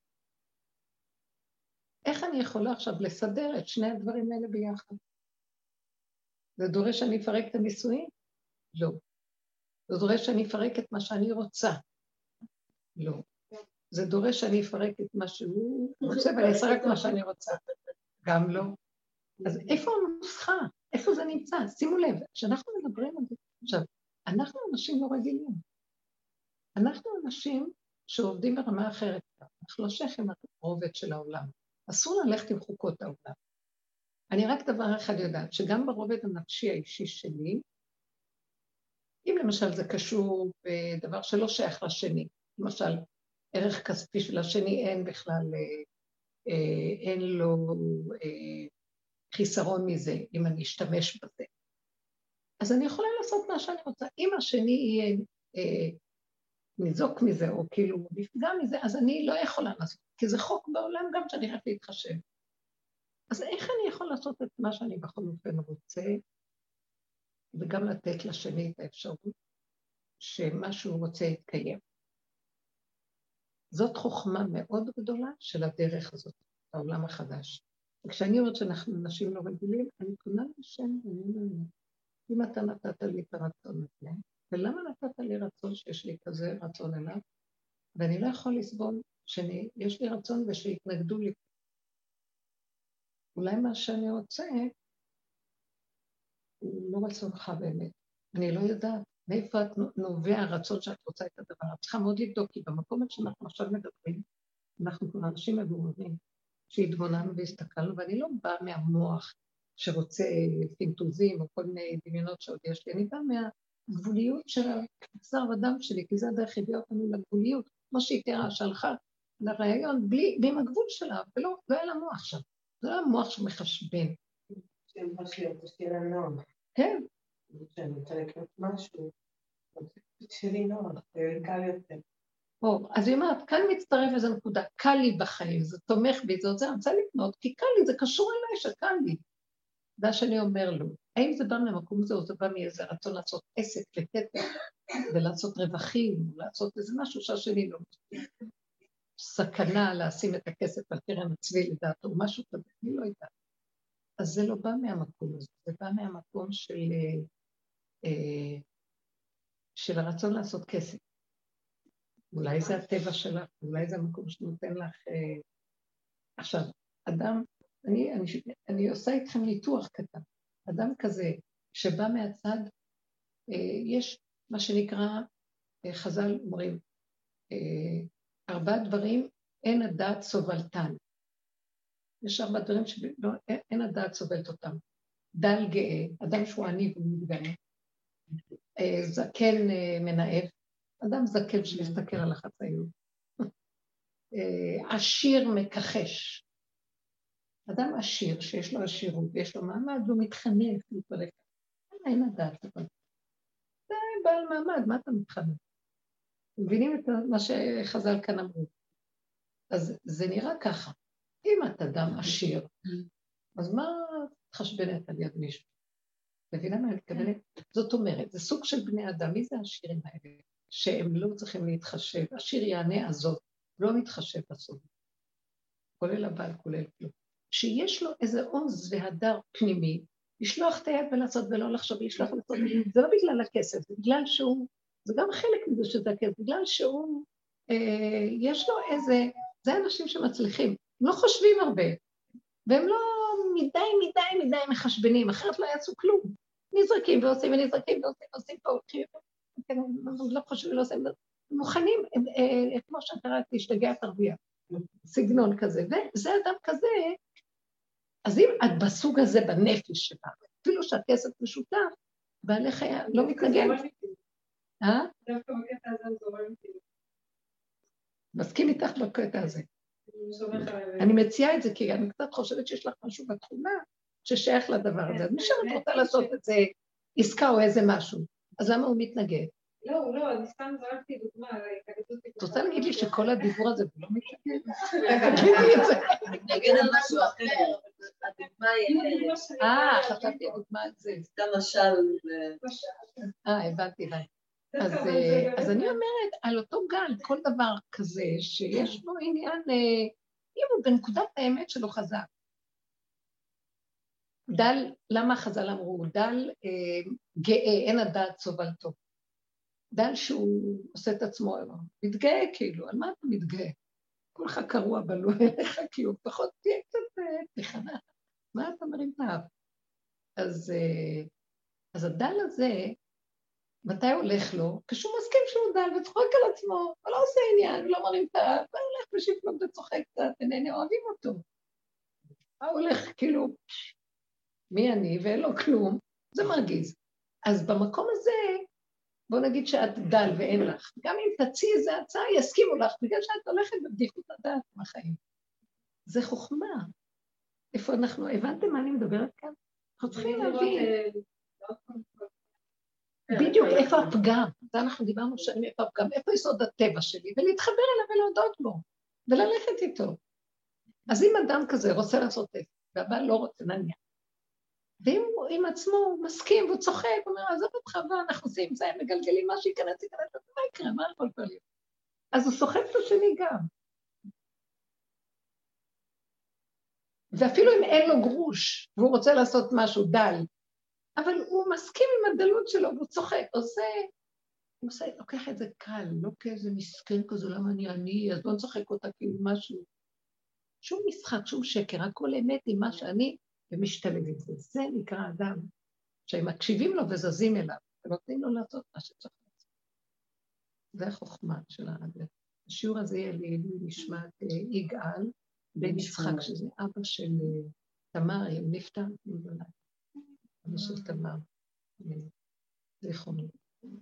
איך אני יכולה עכשיו לסדר את שני הדברים האלה ביחד? זה דורש שאני אפרק את הנישואים? לא. זה דורש שאני אפרק את מה שאני רוצה? לא. זה דורש שאני אפרק את מה שהוא רוצה ואני אפרק מה שאני רוצה? גם לא. אז איפה הנוסחה? איפה זה נמצא? שימו לב, כשאנחנו מדברים על זה, עכשיו, אנחנו אנשים לא רגילים. אנחנו אנשים שעובדים ברמה אחרת. אנחנו לא שייכים לרובד של העולם. אסור ללכת עם חוקות העולם. אני רק דבר אחד יודעת, שגם ברובד הנפשי האישי שלי, אם למשל זה קשור בדבר שלא שייך לשני, למשל, ערך כספי של השני אין בכלל, אה, אין לו אה, חיסרון מזה, אם אני אשתמש בזה. אז אני יכולה לעשות מה שאני רוצה. אם השני יהיה אה, ניזוק מזה, או כאילו נפגע מזה, אז אני לא יכולה לעשות, כי זה חוק בעולם גם שאני חייבת להתחשב. אז איך אני יכול לעשות את מה שאני בכל אופן רוצה, וגם לתת לשני את האפשרות שמה שהוא רוצה יתקיים. זאת חוכמה מאוד גדולה של הדרך הזאת, העולם החדש. וכשאני אומרת שאנחנו אנשים לא רגילים, אני פונה לשם ואני אומרת, אם אתה נתת לי את הרצון הזה, ולמה נתת לי רצון שיש לי כזה רצון אליו, ואני לא יכול לסבול שיש לי רצון ושיתנגדו לי. אולי מה שאני רוצה, הוא לא רצונך באמת. אני לא יודעת מאיפה את נובע הרצון שאת רוצה את הדבר. את צריכה מאוד לבדוק, כי במקום שאנחנו עכשיו מדברים, אנחנו כבר אנשים מבוגרים, שהתבוננו והסתכלנו, ואני לא באה מהמוח שרוצה פינטוזים או כל מיני דמיונות שעוד יש לי, אני באה מהגבוליות של הבשר ודם שלי, כי זה הדרך הביאה אותנו לגבוליות, כמו שהיא תראה, שהלכה לרעיון, בלי, עם הגבול שלה, ולא לא היה לה מוח שם, זה לא המוח שמחשבן. שתהיה לה נוח. כן. שאני רוצה לקנות משהו, שלי נוח, זה קל יותר. או, אז היא אומרת, כאן מצטרף איזו נקודה, קל לי בחיים, זה תומך בי, זה רוצה, אני רוצה לקנות, כי קל לי, זה קשור אליי שקל לי. זה שאני אומר לו, האם זה בא ממקום זה, או זה בא מאיזה רצון לעשות עסק וקטע, ולעשות רווחים, או לעשות איזה משהו שהשני לא מספיק. סכנה לשים את הכסף על קרן הצבי לדעת, או משהו כזה, אני לא יודעת. אז זה לא בא מהמקום הזה, זה בא מהמקום של, אה, של הרצון לעשות כסף. אולי זה הטבע שלך, אולי זה המקום שנותן לך... אה... עכשיו, אדם, אני, אני, אני עושה איתכם ניתוח קטן, אדם כזה שבא מהצד, אה, יש מה שנקרא, אה, חז"ל אומרים, אה, ארבעה דברים, אין הדעת סובלתן. יש ארבעה דברים שאין הדעת סובלת אותם. דל גאה, אדם שהוא עני ומתגאה, אה, זקן אה, מנאב, אדם זקן שמסתכל על החצאיות. עשיר מכחש. אדם עשיר שיש לו עשירות ויש לו מעמד, הוא מתחנף, הוא פרק. אין הדעת. זה בעל מעמד, מה אתה מתחנף? מבינים את מה שחז"ל כאן אמרו. אז זה נראה ככה. אם את אדם עשיר, אז מה תחשבנת על יד מישהו? מבינה מה אני מתכוונת? זאת אומרת, זה סוג של בני אדם. מי זה העשירים האלה? שהם לא צריכים להתחשב. עשיר יענה הזאת, לא מתחשב בסוף. כולל הבעל, כולל כלום. שיש לו איזה עוז והדר פנימי, לשלוח את היד ולעשות ולא לחשוב, לשלוח ולעשות. זה לא בגלל הכסף, זה בגלל שהוא, זה גם חלק מזה שזה הכסף, בגלל שהוא, אה, יש לו איזה, זה אנשים שמצליחים, הם לא חושבים הרבה, והם לא מדי מדי מדי מחשבנים, אחרת לא יעשו כלום. נזרקים ועושים ונזרקים ועושים, ועושים פה, הולכים, לא חושבים, לא עושים, מוכנים, כמו שקראת, להשתגע תרבייה, סגנון כזה, וזה אדם כזה, אז אם את בסוג הזה בנפש שלה, אפילו שהכסף משותף, בעליך לא מתנגד. אה? דווקא בקטע הזה זורם איתי. מסכים איתך בקטע הזה. אני מציעה את זה, כי אני קצת חושבת שיש לך משהו בתחומה ששייך לדבר הזה. אז מי שאת רוצה לעשות את זה עסקה או איזה משהו, אז למה הוא מתנגד? לא, לא, אני סתם זרקתי דוגמה. את רוצה להגיד לי שכל הדיבור הזה לא מתנגד? תגידי את זה. מתנגד על משהו אחר. הדוגמה היא... אה, חשבתי הדוגמה על זה. סתם משל... אה, הבנתי, הבנתי. אז אני אומרת, על אותו גל, כל דבר כזה, שיש בו עניין, אם הוא בנקודת האמת שלו חזק. דל, למה חז"ל אמרו? דל גאה, אין הדעת סובלתו. דל שהוא עושה את עצמו, מתגאה כאילו, על מה אתה מתגאה? כולך קרוע בלו אליך, כי הוא פחות תהיה קצת תכנה. מה אתה מרים את האב? אז, אז הדל הזה, מתי הולך לו? כשהוא מסכים שהוא דל וצוחק על עצמו, אבל לא עושה עניין, לא מרים את האב, הוא הולך בשפלות וצוחק קצת, אינני אוהבים אותו. הוא הולך כאילו, מי אני ואין לו כלום, זה מרגיז. אז במקום הזה, בוא נגיד שאת דל ואין לך, גם אם תציע איזה הצעה, יסכימו לך, בגלל שאת הולכת בבדיחות הדעת מהחיים. זה חוכמה. איפה אנחנו, הבנתם מה אני מדברת כאן? אנחנו צריכים להבין. בדיוק, איפה הפגם? זה אנחנו דיברנו שאני איפה הפגם, איפה יסוד הטבע שלי, ולהתחבר אליו ולהודות לו, וללכת איתו. אז אם אדם כזה רוצה לעשות את זה, והבעל לא רוצה נניח, ואם הוא עם עצמו הוא מסכים והוא צוחק, הוא אומר, עזוב אותך, ואנחנו עושים זה, מגלגלים מה שייכנס, ייכנס, מה יקרה, מה יכול להיות? אז הוא סוחב את השני גם. ואפילו אם אין לו גרוש, והוא רוצה לעשות משהו דל, אבל הוא מסכים עם הדלות שלו, והוא צוחק, עושה, הוא עושה, לוקח את זה קל, לא כאיזה מסכן כזה, למה אני עני, אז בוא נצחק אותה כאילו משהו. שום משחק, שום שקר, הכל אמת עם מה שאני, ומשתלב עם זה. זה נקרא אדם, שהם מקשיבים לו וזזים אליו, ונותנים לו לעשות מה שצריך לעשות. זה החוכמה של האדם. השיעור הזה יהיה לי נשמעת יגאל, בן יצחק, שזה אבא של תמר, הם נפטר, אבא של תמר, זיכרונו.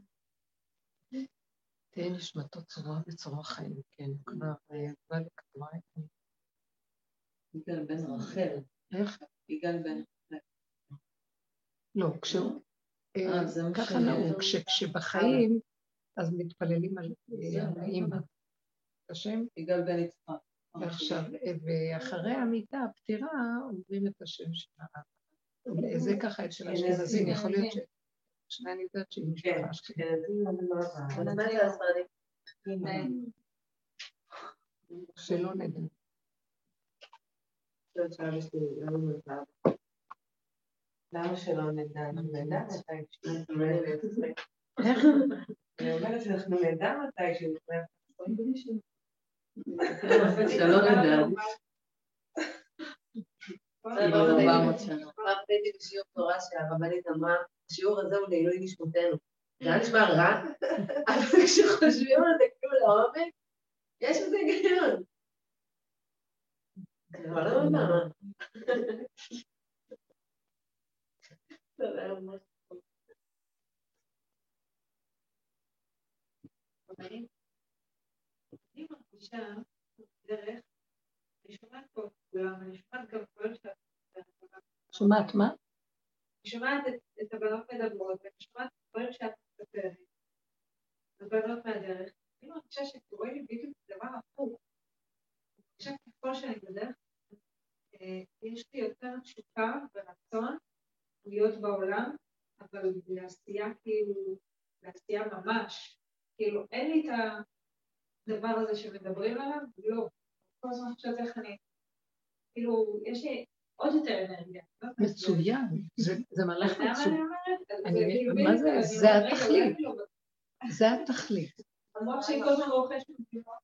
תהיה נשמתו צורה בצורה חיים, כן, כבר בא לקבוע את זה. יגאל בן רחל. איך? יגאל בן רחל. לא, כשהוא, ככה נהוג, כשבחיים, אז מתפללים על האמא. השם? יגאל בן יצחק. ועכשיו, ואחרי המיטה, הפטירה, אומרים את השם של האבא. זה ככה את של האשכנזים, יכול להיות ששנה אני יודעת שהיא משפחה אשכנזית. שלא נדע. למה שלא נדע? אנחנו נדע מתי כשנתנו איך? אני אומרת שאנחנו נדע מתי כשנתנו שלא נדע. פעם הייתי בשיעור תורה שהרבנית אמרה, השיעור הזה הוא לעילוי נשמתנו. זה היה נשמע רע, אבל כשחושבים על זה כאילו לעומק, יש לזה היגיון. כבר לא יודע. אני מרגישה דרך, אני שומעת פה כולם, אני שומעת גם כל שאת... שומעת מה? אני שומעת את הבנות מדברות, ואני שומעת כל שאת מספרת, הבנות מהדרך. אני מרגישה שקורה לי בדיוק דבר הפוך. אני מרגישה ככל שאני בדרך, יש לי יותר תשוקה ורצון להיות בעולם, אבל לעשייה כאילו, לעשייה ממש. כאילו, אין לי את הדבר הזה שמדברים עליו, לא. כל הזמן חושבת איך אני, כאילו, יש לי עוד יותר אנרגיה. מצוין, זה מהלך מצוין. למה אני אומרת? מה זה? זה התכלית. זה התכלית. המוח שהיא כל הזמן רוכש מפתיחות.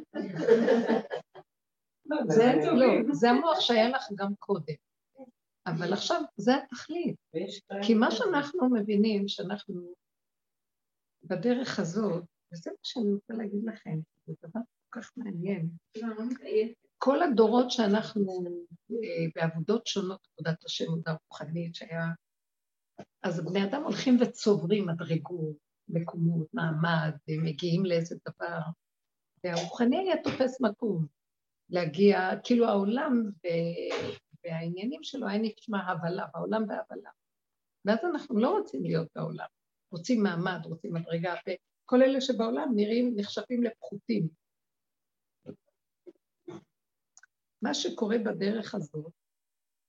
זה המוח שהיה לך גם קודם. אבל עכשיו זה התכלית. כי מה שאנחנו מבינים, שאנחנו בדרך הזאת, וזה מה שאני רוצה להגיד לכם, זה דבר כל כך מעניין. כל הדורות שאנחנו בעבודות שונות, עבודת השם, עבודה רוחנית, שהיה... אז בני אדם הולכים וצוברים מדרגות, מקומות, מעמד, הם מגיעים לאיזה דבר, והרוחני היה תופס מקום, להגיע, כאילו העולם והעניינים שלו היה נשמע הבלה, בעולם והבלה. ואז אנחנו לא רוצים להיות בעולם, רוצים מעמד, רוצים מדרגה, וכל אלה שבעולם נראים, נחשבים לפחותים. מה שקורה בדרך הזאת,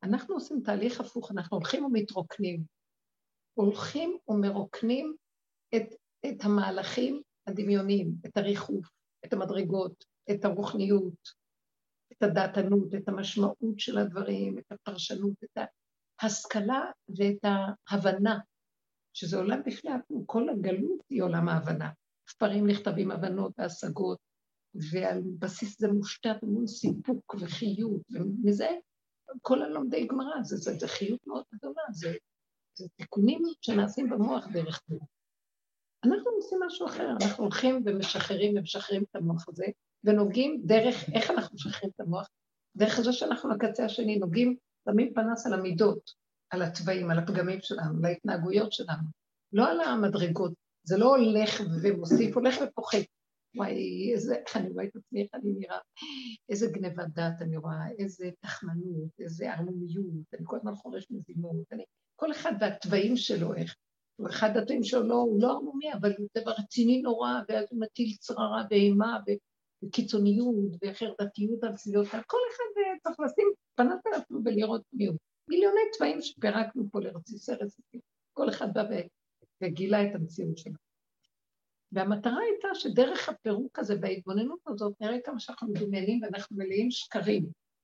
אנחנו עושים תהליך הפוך, אנחנו הולכים ומתרוקנים. הולכים ומרוקנים את, את המהלכים הדמיוניים, את הריחוף, את המדרגות, את הרוחניות, את הדעתנות, את המשמעות של הדברים, את הפרשנות, את ההשכלה ואת ההבנה, שזה עולם בפני עצמו, כל הגלות היא עולם ההבנה. ספרים נכתבים הבנות והשגות, ועל בסיס זה מושתת המון סיפוק וחיות, ומזה כל הלומדי גמרא, זה, זה, זה חיות מאוד גדולה, זה, זה תיקונים שנעשים במוח דרך זה. אנחנו עושים משהו אחר, אנחנו הולכים ומשחררים ומשחררים את המוח הזה, ונוגעים דרך, איך אנחנו משחררים את המוח? דרך זה שאנחנו לקצה השני נוגעים, שמים פנס על המידות, על הצבעים, על הפגמים שלנו, על ההתנהגויות שלנו, לא על המדרגות, זה לא הולך ומוסיף, הולך ופוחת. וואי, איזה, איך אני רואה את עצמי, איך אני נראה, איזה גנבת דעת אני רואה, איזה תחמנות, איזה ערמומיות, אני כל הזמן חורש מזימות, אני, כל אחד והטבעים שלו, איך, אחד הטבעים שלו, לא, הוא לא ערמומי, אבל הוא טבע רציני נורא, ואז הוא מטיל צררה ואימה, וקיצוניות, וחרדתיות על סביבות, כל אחד צריך לשים פנת על עצמו ולראות מי הוא. מיליוני טבעים שפירקנו פה לרציס ארץ, כל אחד בא וגילה את המציאות שלו. והמטרה הייתה שדרך הפירוק הזה וההתבוננות הזאת נראה כמה שאנחנו מדומיינים ואנחנו מלאים שקרים,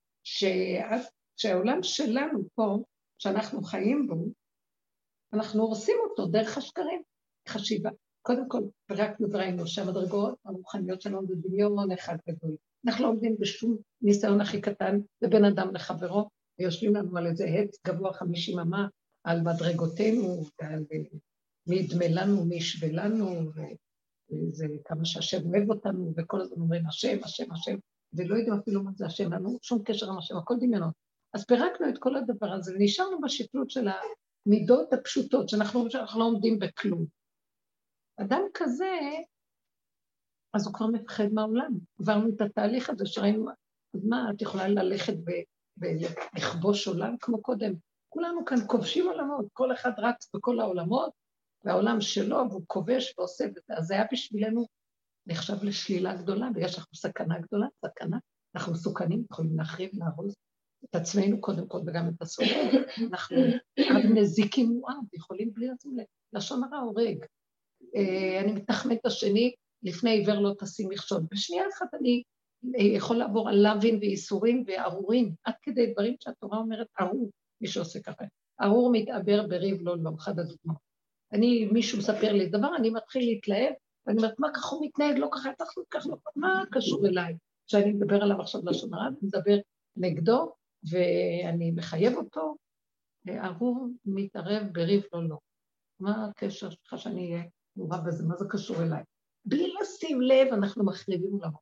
שהעולם שלנו פה, שאנחנו חיים בו, אנחנו הורסים אותו דרך השקרים, חשיבה. קודם כל, פירקנו וראינו שהמדרגות הרוחניות שלנו זה דמיון אחד גדול. אנחנו לא עומדים בשום ניסיון הכי קטן לבן אדם לחברו, ויושבים לנו על איזה עץ גבוה חמישים אמה, על מדרגותינו, ועל מי ידמה לנו, מי ישווה לנו, וזה כמה שהשם אוהב אותנו, וכל הזמן אומרים השם, השם, השם, ולא יודעים אפילו מה זה השם, לנו שום קשר עם השם, הכל דמיונות. אז פירקנו את כל הדבר הזה, ונשארנו בשפלות של המידות הפשוטות, שאנחנו, שאנחנו לא עומדים בכלום. אדם כזה, אז הוא כבר מפחד מהעולם. עברנו את התהליך הזה שראינו, אז מה, את יכולה ללכת ולכבוש עולם כמו קודם? כולנו כאן כובשים עולמות, כל אחד רץ בכל העולמות, והעולם שלו, והוא כובש ועושה, אז זה היה בשבילנו נחשב לשלילה גדולה, ויש לנו סכנה גדולה, סכנה, אנחנו מסוכנים, יכולים להחריב, להרוס את עצמנו קודם כל, וגם את הסובב, אנחנו נזיקים מועד, יכולים בלי עצמם לשון הרע הורג. אני מתחמת את השני, לפני עיוור לא תשים מכשול. בשנייה אחת אני יכול לעבור על לוין ואיסורים וארורים, עד כדי דברים שהתורה אומרת, ארור, מי שעושה ככה. ארור מתעבר בריב לא לא, אחד הדוגמאות. אני, מישהו מספר לי דבר, אני מתחיל להתלהב, ואני אומרת, מה ככה הוא מתנהג, לא ככה, צריך כך לא, מה קשור אליי? שאני מדבר עליו עכשיו לשון הרע, אני מדבר נגדו, ואני מחייב אותו, ארור מתערב בריב לא לא. מה הקשר שלך שאני אהיה נורא בזה, מה זה קשור אליי? בלי לשים לב, אנחנו מחריבים עולמות.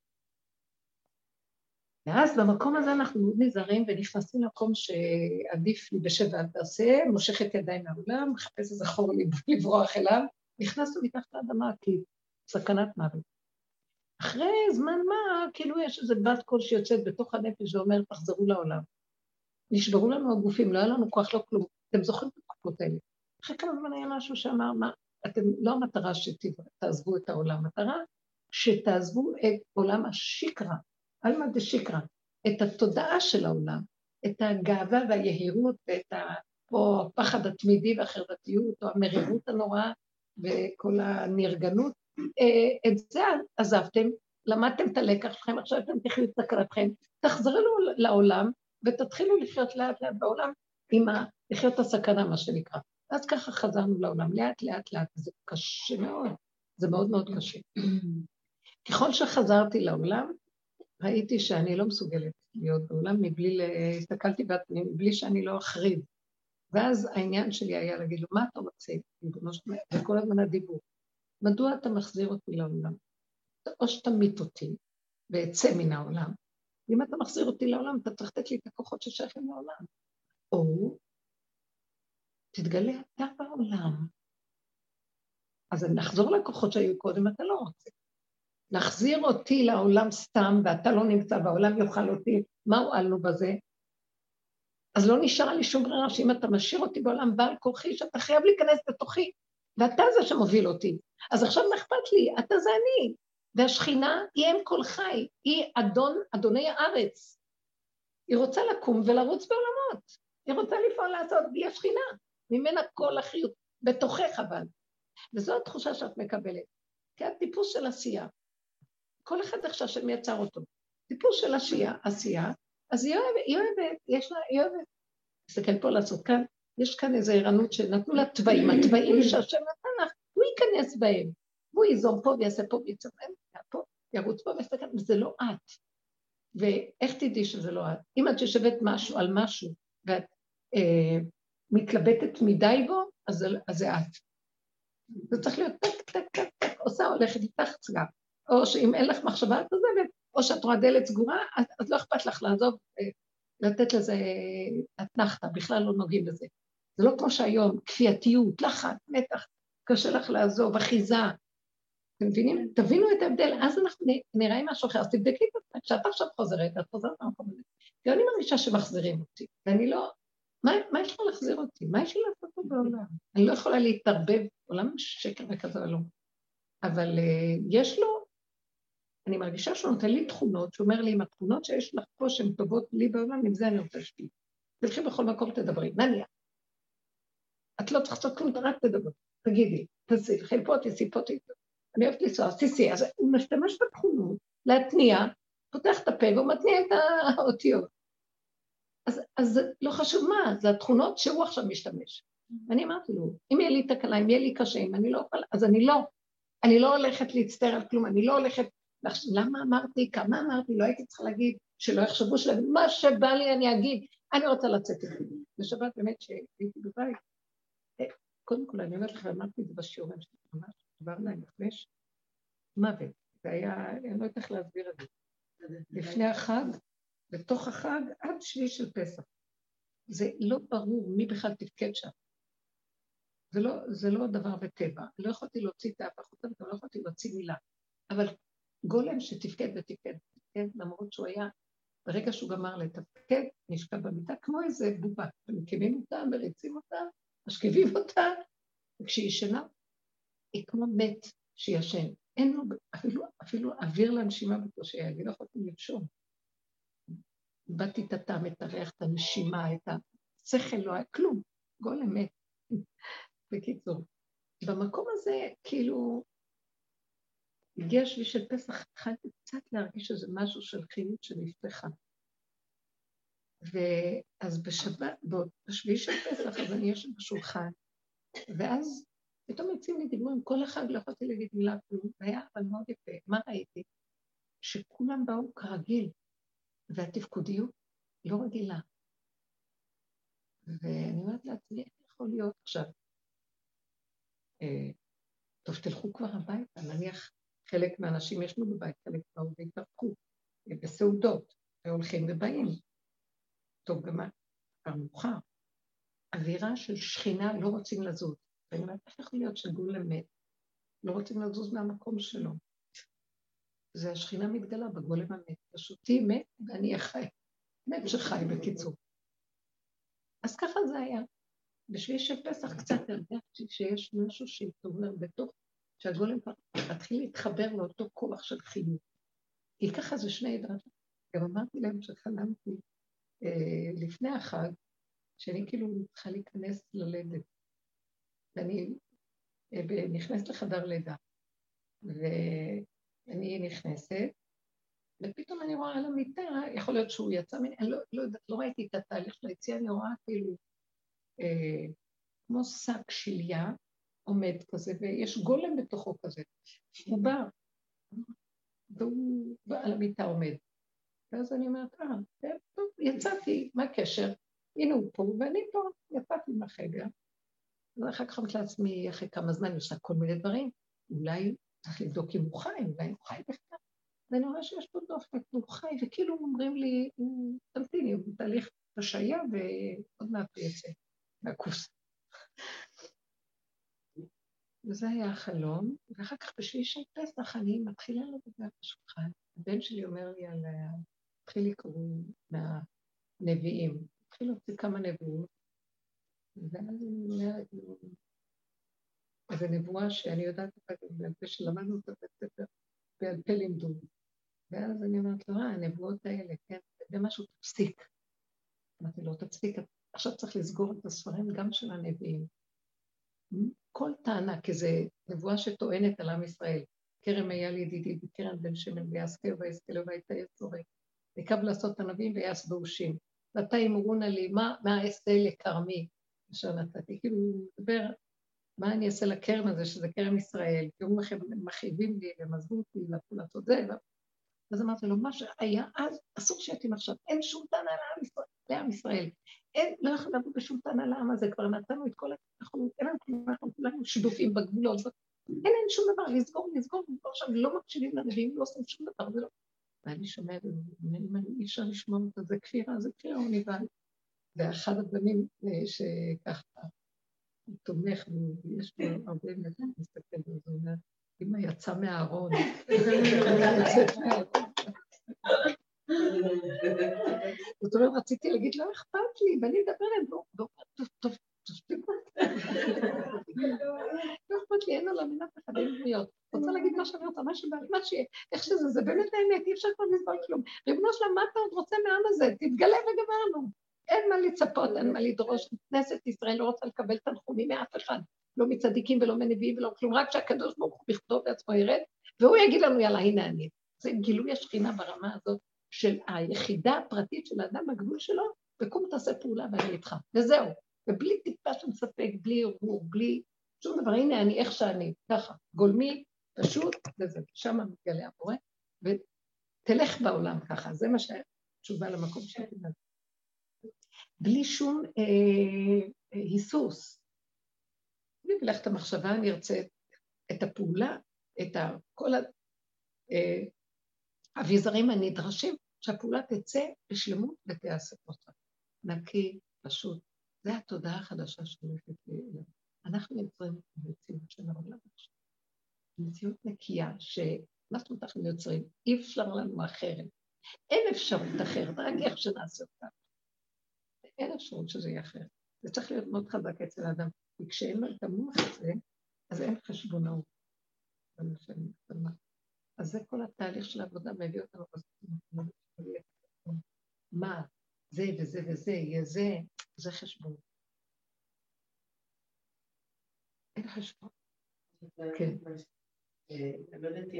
ואז במקום הזה אנחנו מאוד נזהרים ונכנסים למקום שעדיף לי בשב ואל תעשה, מושך את ידיים מהעולם, מחפש איזה חור לברוח אליו, נכנסנו מתחת לאדמה כי סכנת מוות. אחרי זמן מה, כאילו יש איזה בת קול שיוצאת בתוך הנפש ואומר, תחזרו לעולם. נשברו לנו הגופים, לא היה לנו כוח, לא כלום. אתם זוכרים את התקופות האלה. אחרי כמה זמן היה משהו שאמר, מה, אתם לא המטרה שתעזבו את העולם, המטרה שתעזבו את עולם השיקרה, אלמא דשיקרא, את התודעה של העולם, את הגאווה והיהירות, ואת ה, או הפחד התמידי והחרדתיות, או המרירות הנוראה, וכל הנרגנות, את זה עזבתם, למדתם את הלקח שלכם, עכשיו אתם תחיו את סכנתכם, תחזרו לעולם, ותתחילו לחיות לאט לאט בעולם, עם ה, לחיות את הסכנה, מה שנקרא. אז ככה חזרנו לעולם, לאט לאט לאט, זה קשה מאוד, זה מאוד מאוד קשה. ככל שחזרתי לעולם, ראיתי שאני לא מסוגלת להיות בעולם, מבלי, הסתכלתי בעצמי, מבלי שאני לא אחריב. ואז העניין שלי היה להגיד לו, מה אתה רוצה? וכל הזמן הדיבור. מדוע אתה מחזיר אותי לעולם? או שתמית אותי, ואצא מן העולם. אם אתה מחזיר אותי לעולם, אתה צריך לתת לי את הכוחות ששייכים לעולם. או תתגלה אתה בעולם. אז נחזור לכוחות שהיו קודם, אתה לא רוצה. להחזיר אותי לעולם סתם, ואתה לא נמצא, והעולם יאכל אותי, מה הועלנו בזה? אז לא נשאר לי שום ברירה, שאם אתה משאיר אותי בעולם בעל כוחי, שאתה חייב להיכנס בתוכי, ואתה זה שמוביל אותי. אז עכשיו מה אכפת לי? אתה זה אני. והשכינה היא אם כל חי, היא אדון, אדוני הארץ. היא רוצה לקום ולרוץ בעולמות. היא רוצה לפעול לעשות, והיא השכינה, ממנה כל החיות, בתוכך אבל. וזו התחושה שאת מקבלת. כי הטיפוס של עשייה, כל אחד איך שהשם יצר אותו, טיפוס של עשייה, עשייה, אז היא אוהבת, היא אוהבת, יש לה, היא אוהבת. תסתכל פה לעשות כאן, יש כאן איזו ערנות שנתנו לה טבעים, הטבעים שהשם נתן לך, הוא ייכנס בהם, והוא ייזום פה ויעשה פה ויצא בהם, פה, ירוץ פה ויעשה כאן, וזה לא את. ואיך תדעי שזה לא את? אם את יושבת משהו על משהו, ואת אה, מתלבטת מדי בו, אז זה, אז זה את. זה צריך להיות טק, טק, טק, טק, עושה, הולכת איתך צגה. או שאם אין לך מחשבה כזאת, או שאת רואה דלת סגורה, אז, אז לא אכפת לך לעזוב, אה, לתת לזה אתנחתה, בכלל לא נוגעים בזה. זה לא כמו שהיום, כפייתיות, לחץ, מתח, קשה לך לעזוב, אחיזה. אתם מבינים? תבינו את ההבדל, אז אנחנו נראה משהו אחר, אז תבדקי את זה, כשאת עכשיו חוזרת, את חוזרת למקום הזה. כי אני מרגישה שמחזירים אותי, ואני לא, מה, מה יש לך להחזיר אותי? מה יש לי לעשות פה בעולם? אני לא יכולה להתערבב, עולם שקר וכזה לא. אבל uh, יש לו, אני מרגישה שהוא נותן לי תכונות, שהוא אומר לי, עם התכונות שיש לך פה, שהן טובות לי בעולם, עם זה אני רוצה שתהיה. תלכי בכל מקום תדברי, מה נהיה? את לא צריך לעשות כלום, רק תדברי, תגידי, תלכי פה, תעשי פה, תעשי. אני אוהבת לנסוע, תעשי, אז הוא משתמש בתכונות, להתניע, פותח את הפה והוא מתניע את האותיות. אז, אז לא חשוב מה, זה התכונות שהוא עכשיו משתמש. ואני אמרתי לו, אם יהיה לי תקלה, אם יהיה לי קשה, אם אני לא אוכל, אז אני לא, אני לא הולכת להצטער על כלום, אני לא הולכת, למה אמרתי, כמה אמרתי, לא הייתי צריכה להגיד, שלא יחשבו שלהם, מה שבא לי אני אגיד, אני רוצה לצאת את זה. בשבת באמת שהייתי בבית, קודם כל אני אומרת לך, אמרתי את זה בשיעורים שלי, ממש, דבר להם לפני מוות, זה היה, אני לא יודעת איך להסביר את זה, לפני החג, בתוך החג, עד שביעי של פסח, זה לא ברור מי בכלל תפקד שם, זה לא, זה לא דבר בטבע, לא יכולתי להוציא את ההפך אותם, לא יכולתי להוציא מילה, אבל גולם שתפקד ותפקד, תפקד, למרות שהוא היה, ברגע שהוא גמר לתפקד, נשכב במיטה כמו איזה בובה, ומקימים אותה, מריצים אותה, משכיבים אותה, וכשהיא ישנה, היא כמו מת שישן. אין לו אפילו, אפילו אוויר לנשימה בקושי, אני לא יכולתי לנשום. באתי את הטעם, את הריח, את הנשימה, את השכל, לא היה כלום, גולם מת. בקיצור, במקום הזה, כאילו, הגיע שביעי של פסח, התחלתי קצת להרגיש שזה משהו של חיות שנפתחה. ואז בשבת, בשביעי של פסח, אז אני יושבת בשולחן, ואז פתאום יוצאים לי דיבורים, כל החג לא יכולתי להגיד מילה כלום, והיה אבל מאוד יפה. מה ראיתי? שכולם באו כרגיל, והתפקודיות לא רגילה. ואני אומרת לעצמי, איך יכול להיות עכשיו? אה, טוב, תלכו כבר הביתה, נניח חלק מהאנשים יש לנו בבית, חלק באו והתפקו, בסעודות, והולכים ובאים. טוב, גם כבר מאוחר. אווירה של שכינה לא רוצים לזוז. ואני אומרת, איך יכול להיות שגולם מת? לא רוצים לזוז מהמקום שלו. זה השכינה מתגלה בגולם המת. פשוטי מת ואני אהיה חי. מת שחי בקיצור. אז ככה זה היה. בשביל שפסח קצת הרגשתי שיש משהו שהתעורר בתוך, שהגולם מתחיל להתחבר לאותו כוח של חיות. כי ככה זה שני עדות. גם אמרתי להם שחלמתי אה, לפני החג, שאני כאילו צריכה להיכנס ללדת. ואני אה, נכנסת לחדר לידה. ואני נכנסת, ופתאום אני רואה על המיטה, יכול להיות שהוא יצא ממני, אני לא, לא, לא ראיתי את התהליך של היציאה, אני רואה כאילו, אה, כמו שק שליה, עומד כזה, ויש גולם בתוכו כזה. הוא בא, והוא על המיטה עומד. ואז אני אומרת, אה, טוב, יצאתי, מה הקשר? הנה הוא פה, ואני פה, יצאתי מהחדר. ואחר כך אמרתי לעצמי, אחרי כמה זמן, אני עושה כל מיני דברים, אולי צריך לבדוק אם הוא חי, אולי הוא חי בכלל. ואני רואה שיש פה דופק, והוא חי, וכאילו אומרים לי, תמתיני, הוא בתהליך השעיה, ועוד מעט יצא מהכוס. וזה היה החלום, ואחר כך בשביל של פסח אני מתחילה לדבר בשולחן. הבן שלי אומר לי על, התחיל לקרוא מהנביאים, התחיל להוציא כמה נבואות, ואז אני אומרת לו, זו נבואה שאני יודעת אותה גם בעל פה שלמדנו אותה בספר, בעל פה לימדו. ואז אני אומרת לו, אה, הנבואות האלה, כן, זה משהו תפסיק. אמרתי לו, תפסיק, עכשיו צריך לסגור את הספרים גם של הנביאים. כל טענה, כי זה נבואה שטוענת על עם ישראל. כרם היה לידידי בקרן בן שמן ויעסקהו ויעסקהו ויתעש זורק. נקב לעשות הנביאים ויעש באושים. ואתה אמרונה לי, מה, מה אעשה לכרמי? אשר נתתי, כאילו הוא מדבר, מה אני אעשה לכרם הזה, שזה כרם ישראל, תראו לכם, הם מכאיבים לי, הם עזבו אותי, והלכו לעשות זה, אז אמרתי לו, מה שהיה אז, אסור שיתאים עכשיו, אין שום טענה לעם ישראל, לעם ישראל. אין, לא יכול לבוא בשום טענה לעם הזה, כבר נתנו את כל אנחנו, אין לנו, אנחנו כולנו שידופים בגבולות, אין, אין שום דבר, לסגור, לסגור, לסגור שם, לא מקשיבים לנביאים, לא עושים שום דבר, זה לא. ואני שומעת, אי אפשר לשמוע אותה, זה כפירה, זה כפירה, הוא נבהל. ואחד הבנים שככה, הוא תומך, ויש לו הרבה ילדים, מסתכל בזה, אומר, אמא יצא מהארון. זאת אומרת, רציתי להגיד, לא אכפת לי, ואני מדברת, לא, טוב, טוב, טוב, תפתיקו. לא אכפת לי, אין עולם, אין אף אחד, אין דמויות. רוצה להגיד מה שאני רוצה, מה שבא, מה שיהיה, איך שזה, זה באמת האמת, אי אפשר כבר לסבול כלום. ריבונו שלמה, מה אתה עוד רוצה מהעם הזה? תתגלה וגמרנו. אין מה לצפות, אין מה לדרוש. כנסת ישראל לא רוצה לקבל תנחומים מאף אחד. לא מצדיקים ולא מנביאים ולא כלום, רק שהקדוש ברוך הוא בכתוב בעצמו ירד, והוא יגיד לנו, יאללה, הנה אני. זה גילוי השכינה ברמה הזאת של היחידה הפרטית של האדם בגבול שלו, וקום תעשה פעולה ואני איתך. וזהו. ובלי טיפה של ספק, בלי ערעור, בלי שום דבר. הנה אני איך שאני, ככה, גולמי, פשוט, וזה, שם מתגלה הבורא, ותלך בעולם ככה. זה מה שהתשובה למקום שאתה יודע. בלי שום אה, אה, היסוס. אני ולך את המחשבה, אני ארצה את הפעולה, את כל האביזרים הנדרשים, שהפעולה תצא בשלמות ותעשה אותה. נקי, פשוט. זה התודעה החדשה שהולכת לי. אנחנו יוצרים מציאות של העולם עכשיו. מציאות נקייה, שמה זאת אומרת אנחנו יוצרים? אי אפשר לנו אחרת. אין אפשרות אחרת, רק איך שנעשה אותה. אין אפשרות שזה יהיה אחרת. זה צריך להיות מאוד חזק אצל האדם. וכשאין לו את המוח הזה, אז אין חשבונאות. אז זה כל התהליך של העבודה מביא אותנו בזמן. מה? זה וזה וזה, יהיה זה, זה חשבון. אין חשבון. כן. אני לא יודעת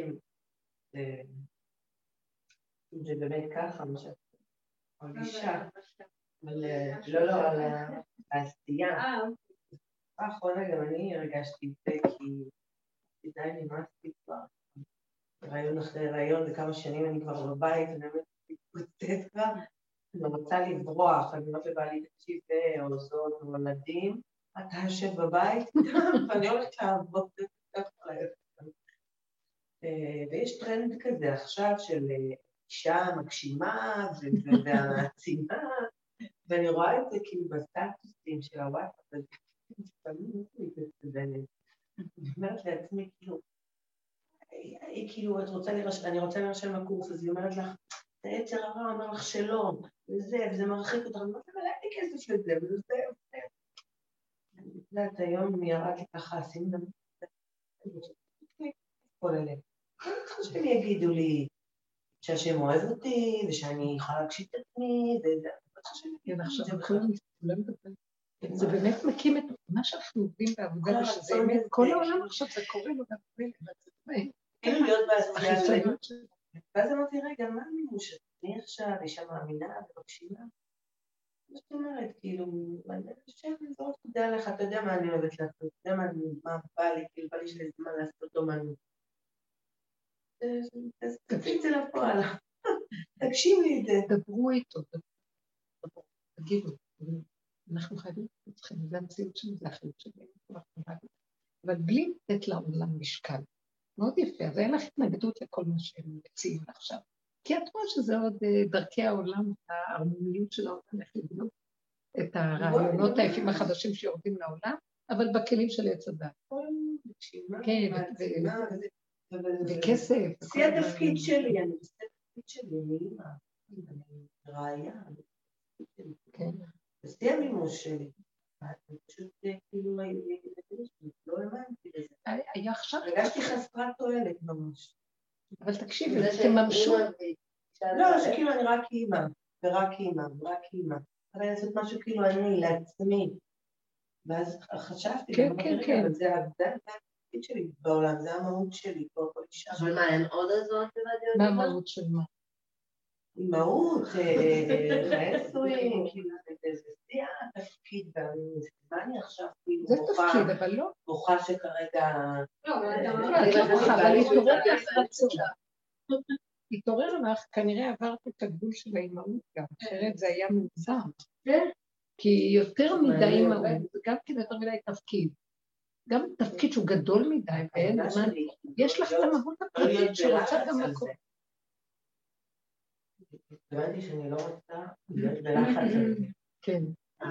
אם זה באמת ככה, מה שאת מרגישה. לא, לא, על העשייה. האחרונה גם אני הרגשתי את זה, כי די נמאסתי כבר. רעיון אחרי רעיון, וכמה שנים אני כבר בבית, ואני באמת מתפוצץ כבר. אני רוצה לברוח, אני אומרת לבעלי תקשיב זה, או זאת, או ילדים, אתה יושב בבית, ואני הולכת לעבוד, ויש טרנד כזה עכשיו של אישה מגשימה והמעצימה, ואני רואה את זה כאילו בסטטוסים של הוואטסאפ, אני אומרת לעצמי, כאילו, כאילו, את רוצה להירשם, אני רוצה להירשם בקורס, אז היא אומרת לך, זה יצר הרע, אומר לך שלום, וזה, וזה מרחיק אותך, אני אומרת, אבל אין לי כסף לזה, וזה, וזה. אני יודעת, היום ירד לי ככה, עשינו גם, כל אלה. אני צריכה שהם יגידו לי, שהשם אוהב אותי, ושאני יכולה להקשיב את עצמי, וזה, אני צריכה שהם יגידו לי, זה בכלל. זה באמת מקים את מה שאנחנו עובדים בעבודה, ושזה באמת, כל העולם עכשיו זה קורה לו גם, כאילו להיות בעשייה שלנו. ואז אמרתי, רגע, מה המימוש? אני עכשיו אישה מאמינה ומקשיבה? מה זאת אומרת, כאילו, אני חושבת, אני לא תדע לך, אתה יודע מה אני אוהבת לעשות, אתה יודע מה בא לי, כאילו, בא לי של זמן לעשות אומנות. אז תפיץ את זה לפועל. תגשים לי את זה. דברו איתו, תגידו, אנחנו חייבים אתכם, זה המציאות שלנו, זה החיות שלנו, אבל בלי לתת לעולם משקל. מאוד יפה, אז אין לך התנגדות לכל מה שהם מציעים עכשיו. כי את רואה שזה עוד דרכי העולם, ההרמוניות של העולם, איך לבנות את הרעיונות היפים החדשים שיורדים לעולם, אבל בכלים של עץ הדת. כן, וכסף. זה התפקיד שלי, אני עושה התפקיד שלי, מאמא, אני ראייה, כן. זה המימוש שלי. אני פשוט כאילו, לא האמנתי לזה. היה עכשיו... הרגשתי חסרת תועלת ממש. אבל תקשיבי, תממשו. לא, שכאילו אני רק אימא, ורק אימא, ורק אימא. אבל לעשות משהו כאילו אני, לעצמי. ואז חשבתי, כן, כן, כן. אבל זה התפקיד שלי בעולם, זה המהות שלי, פה כל אישה. אבל מה, אין עוד הזאת? מה המהות של מה? מהות, חסויים, כאילו זה שיח, תפקיד, ומה אני עכשיו, כאילו, זה תפקיד, אבל לא. בוכה שכרגע... לא, אבל אתה אומר, את לא בוכה, אבל התעורר לך רצון. התעורר לך, כנראה עברת את הגבול של האימהות גם, אחרת זה היה מוגזם. כי יותר מדי אימהות, זה גם כן יותר מדי תפקיד. גם תפקיד שהוא גדול מדי, ואין זמן, יש לך את המהות הפרטית שרוצה גם מקום. הבנתי שאני לא רוצה להיות בלחץ על זה. כן.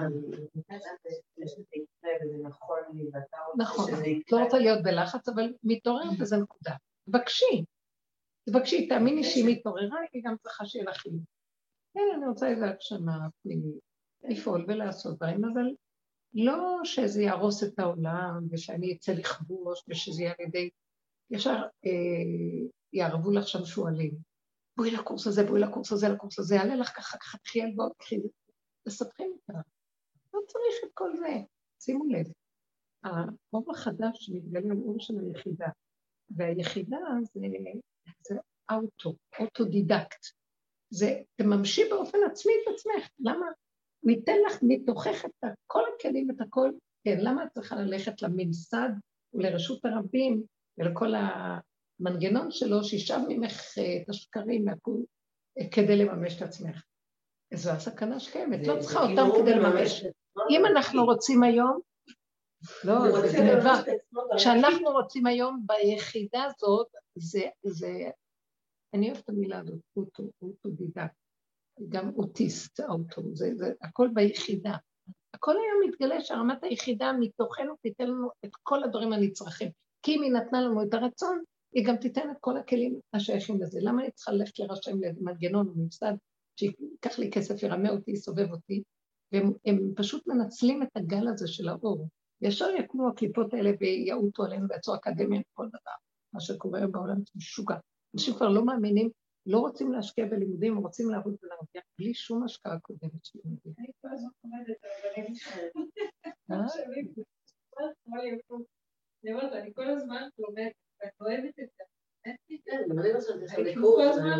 שזה יקרה וזה נכון לי, ואתה רוצה שזה יקרה. לא רוצה להיות בלחץ, אבל מתעוררת וזה נקודה. תבקשי. תבקשי, תאמיני שהיא מתעוררה, היא גם צריכה שיהיה לך חיים. כן, אני רוצה איזה הגשמה פנימית, לפעול ולעשות דברים, אבל לא שזה יהרוס את העולם, ושאני אצא לכבוש, ושזה יהיה על ידי, ישר אה, יערבו לך שם שואלים. בואי לקורס הזה, בואי לקורס הזה, לקורס הזה, יעלה לך ככה, ככה תחייה על באות, תחייה, תספחים אותה. לא צריך את כל זה. שימו לב, הרוב החדש מתגלה הוא של היחידה, והיחידה זה, זה אוטו, אוטודידקט. זה תממשי באופן עצמי את עצמך. למה? הוא ייתן לך מתוכך את כל הכלים, את הכל. כן, למה את צריכה ללכת לממסד ולרשות הרבים ולכל המנגנון שלו שישב ממך את השקרים מהכול כדי לממש את עצמך? זו הסכנה שקיימת, לא צריכה אותם כדי לממש. אם אנחנו רוצים היום, לא, זה גניבה. כשאנחנו רוצים היום ביחידה הזאת, זה, אני אוהבת את המילה הזאת, אוטודידקט. גם אוטיסט, האוטו, זה, זה הכל ביחידה. הכל היום מתגלה שהרמת היחידה מתוכנו תיתן לנו את כל הדברים הנצרכים. כי אם היא נתנה לנו את הרצון, היא גם תיתן את כל הכלים השייכים לזה. למה אני צריכה ללכת לרשם למנגנון וממסד, שיקח לי כסף, ירמה אותי, יסובב אותי, והם הם פשוט מנצלים את הגל הזה של האור. ישר יקנו הקליפות האלה ויעוטו עליהם ויצאו אקדמיה כל דבר. מה שקורה בעולם זה משוגע. אנשים כבר לא מאמינים, לא רוצים להשקיע בלימודים, רוצים לעבוד ולהרוויח, בלי שום השקעה קודמת של לימודים. אני כל הזמן עומדת, אבל אני נשארת. אני אומרת, אני כל הזמן לומדת, ואני אוהבת את זה. אני כל הזמן,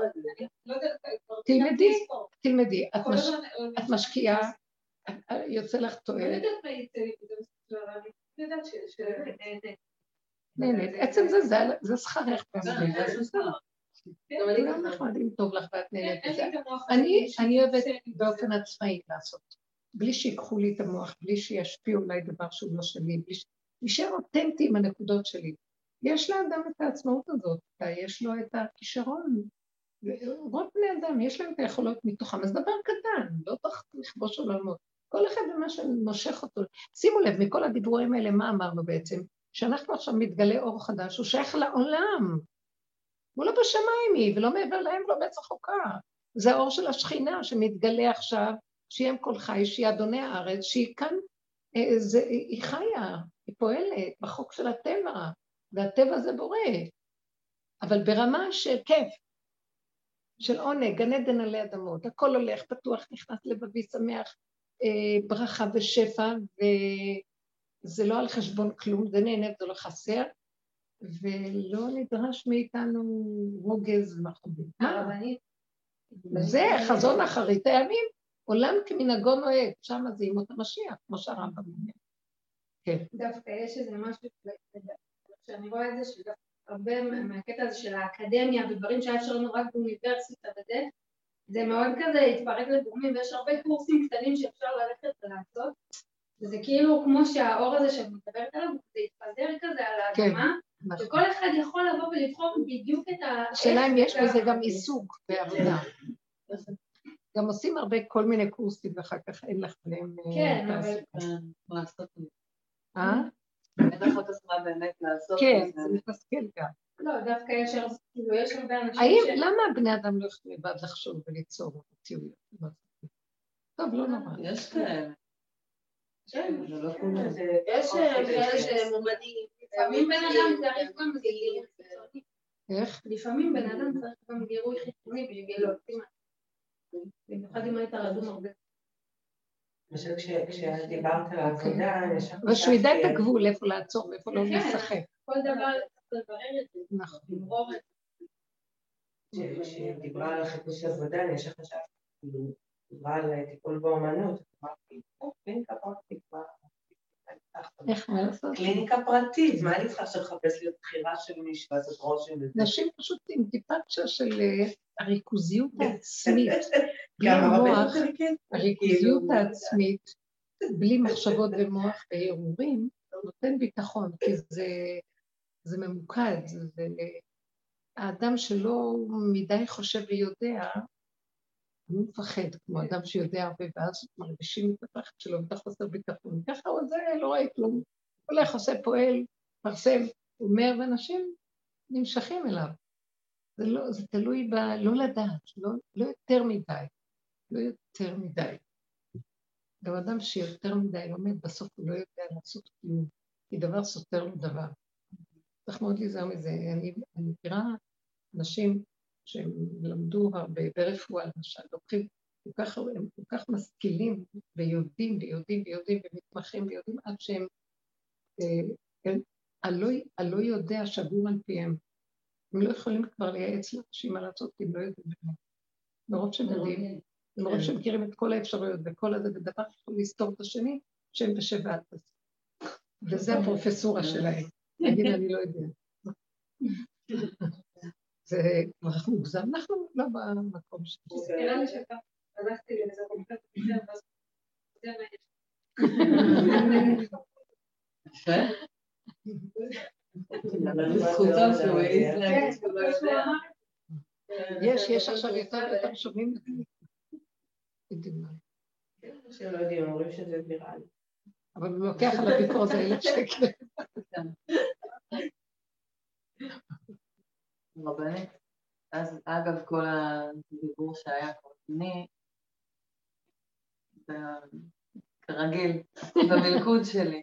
תלמדי, תלמדי, את משקיעה, יוצא לך תועלת. אני יודעת מה יצא לי, אני יודעת שנהנית. נהנית, עצם זה, זה שכרך פעמים. אני גם נחמדים טוב לך ואת נהנית את זה. אני אוהבת באופן עצמאי לעשות, בלי שיקחו לי את המוח, בלי שישפיעו אולי דבר שהוא לא שלי, בלי להישאר אותנטי עם הנקודות שלי. יש לאדם את העצמאות הזאת, יש לו את הכישרון, רוב בני אדם, יש להם את היכולות מתוכם, אז דבר קטן, לא צריך לכבוש עולמות, כל אחד במה שמושך אותו. שימו לב, מכל הדיבורים האלה, מה אמרנו בעצם? שאנחנו עכשיו מתגלה אור חדש, הוא שייך לעולם, הוא לא בשמיים היא, ולא מעבר להם, לא בצע חוקה. זה האור של השכינה שמתגלה עכשיו, שהיא עם כל חי, שהיא אדוני הארץ, שהיא כאן, זה, היא חיה, היא פועלת בחוק של הטבע, והטבע זה בורא, אבל ברמה של כיף, של עונג, גן עדן עלי אדמות, הכל הולך, פתוח, נכנס לבבי, שמח, ברכה ושפע, וזה לא על חשבון כלום, זה נהנה, זה לא חסר, ולא נדרש מאיתנו רוגז ומחובים. זה חזון אחרית הימים, עולם כמנהגו נוהג, שם זה ימות המשיח, כמו שהרמב"ם אומר. כן. דווקא יש איזה משהו, שאני רואה את זה, שהרבה מהקטע הזה של האקדמיה, ודברים שהיה אפשר לנו רק באוניברסיטה וזה, זה מאוד כזה התפרק לגורמים, ויש הרבה קורסים קטנים שאפשר ללכת ולעשות, וזה כאילו כמו שהאור הזה שאת מדברת עליו, זה יתפזר כזה על האדמה, וכל אחד יכול לבוא ולבחור בדיוק את ה... השאלה אם יש בזה גם עיסוק בעבודה. גם עושים הרבה כל מיני קורסים, ואחר כך אין לך בהם... כן, אבל... לעשות את זה. אה? אין לך את הזמן באמת לעשות את זה. כן, זה מתסכל גם. לא, דווקא יש הרבה אנשים ש... האם, למה בני אדם לא יכולים לבד לחשוב וליצור ציוריות? טוב, לא נורא. יש כאלה. כן, יש כאלה שמומדים. לפעמים בן אדם צריך גם גירוי חיצוני. איך? לפעמים בן אדם צריך גם גירוי חיצוני בשביל להוציא מה. במיוחד אם היית רדום הרבה. חושב כשאת דיברת על העבודה, ושהוא ידע את הגבול, איפה לעצור ואיפה לא לשחק. כל דבר לברר את זה. נכון. לברור את זה. כשדיברה על חיפוש עבודה, אני ישר חשבתי, דיברה על טיפול באומנות, אמרתי, קליניקה פרטית, מה? איך מה לעשות? קליניקה פרטית, מה אני צריכה לחפש להיות בחירה של מישהו, לעשות רושם? נשים פשוט עם טיפציה של הריכוזיות העצמית, בלי המוח, הריכוזיות העצמית, בלי מחשבות ומוח והרהורים, נותן ביטחון, כי זה ממוקד, האדם שלא מדי חושב ויודע, הוא מפחד, כמו אדם שיודע הרבה, ואז מרגישים את הפחד שלו, ואת החוסר ביטחון. ככה הוא זה, לא ראי כלום. הולך, עושה פועל, פרסם, אומר, ואנשים נמשכים אליו. זה, לא, זה תלוי ב... לא לדעת, לא, לא יותר מדי. לא יותר מדי. גם אדם שיותר מדי לומד, בסוף הוא לא יודע לעשות כלום, כי דבר סותר לו דבר. צריך מאוד להיזהר מזה. אני, אני מכירה אנשים שהם למדו הרבה ברפואה, למשל, לוקחים, כל כך, הם כל כך משכילים ויודעים ויודעים ויודעים ומתמחים ויודעים עד שהם אה, הלא, הלא יודע שגור על פיהם. הם לא יכולים כבר לייעץ לאנשים מה לעשות, כי הם לא יודעים באמת. מרוב שהם יודעים, מרוב שהם מכירים את כל האפשרויות וכל הזה, ודבר יכול לסתור את השני, שהם בשבעת הזה. וזה הפרופסורה שלהם. נגיד, אני לא יודע. זה כבר מוגזם, אנחנו לא במקום שלנו. נראה לי שאתה הלכתי לאיזה קומפלט אחר, ואז זה מה יש. יפה? זכותו שהוא העיז להגיד שהוא לא יודע. יש, יש עכשיו יותר ויותר שומעים את זה. שלא יודעים, אומרים שזה ויראלי. אבל הוא לוקח על הביקור זה אלף שקל. רבנית, אז אגב כל הדיבור שהיה קורטני, כרגיל, במלכוד שלי.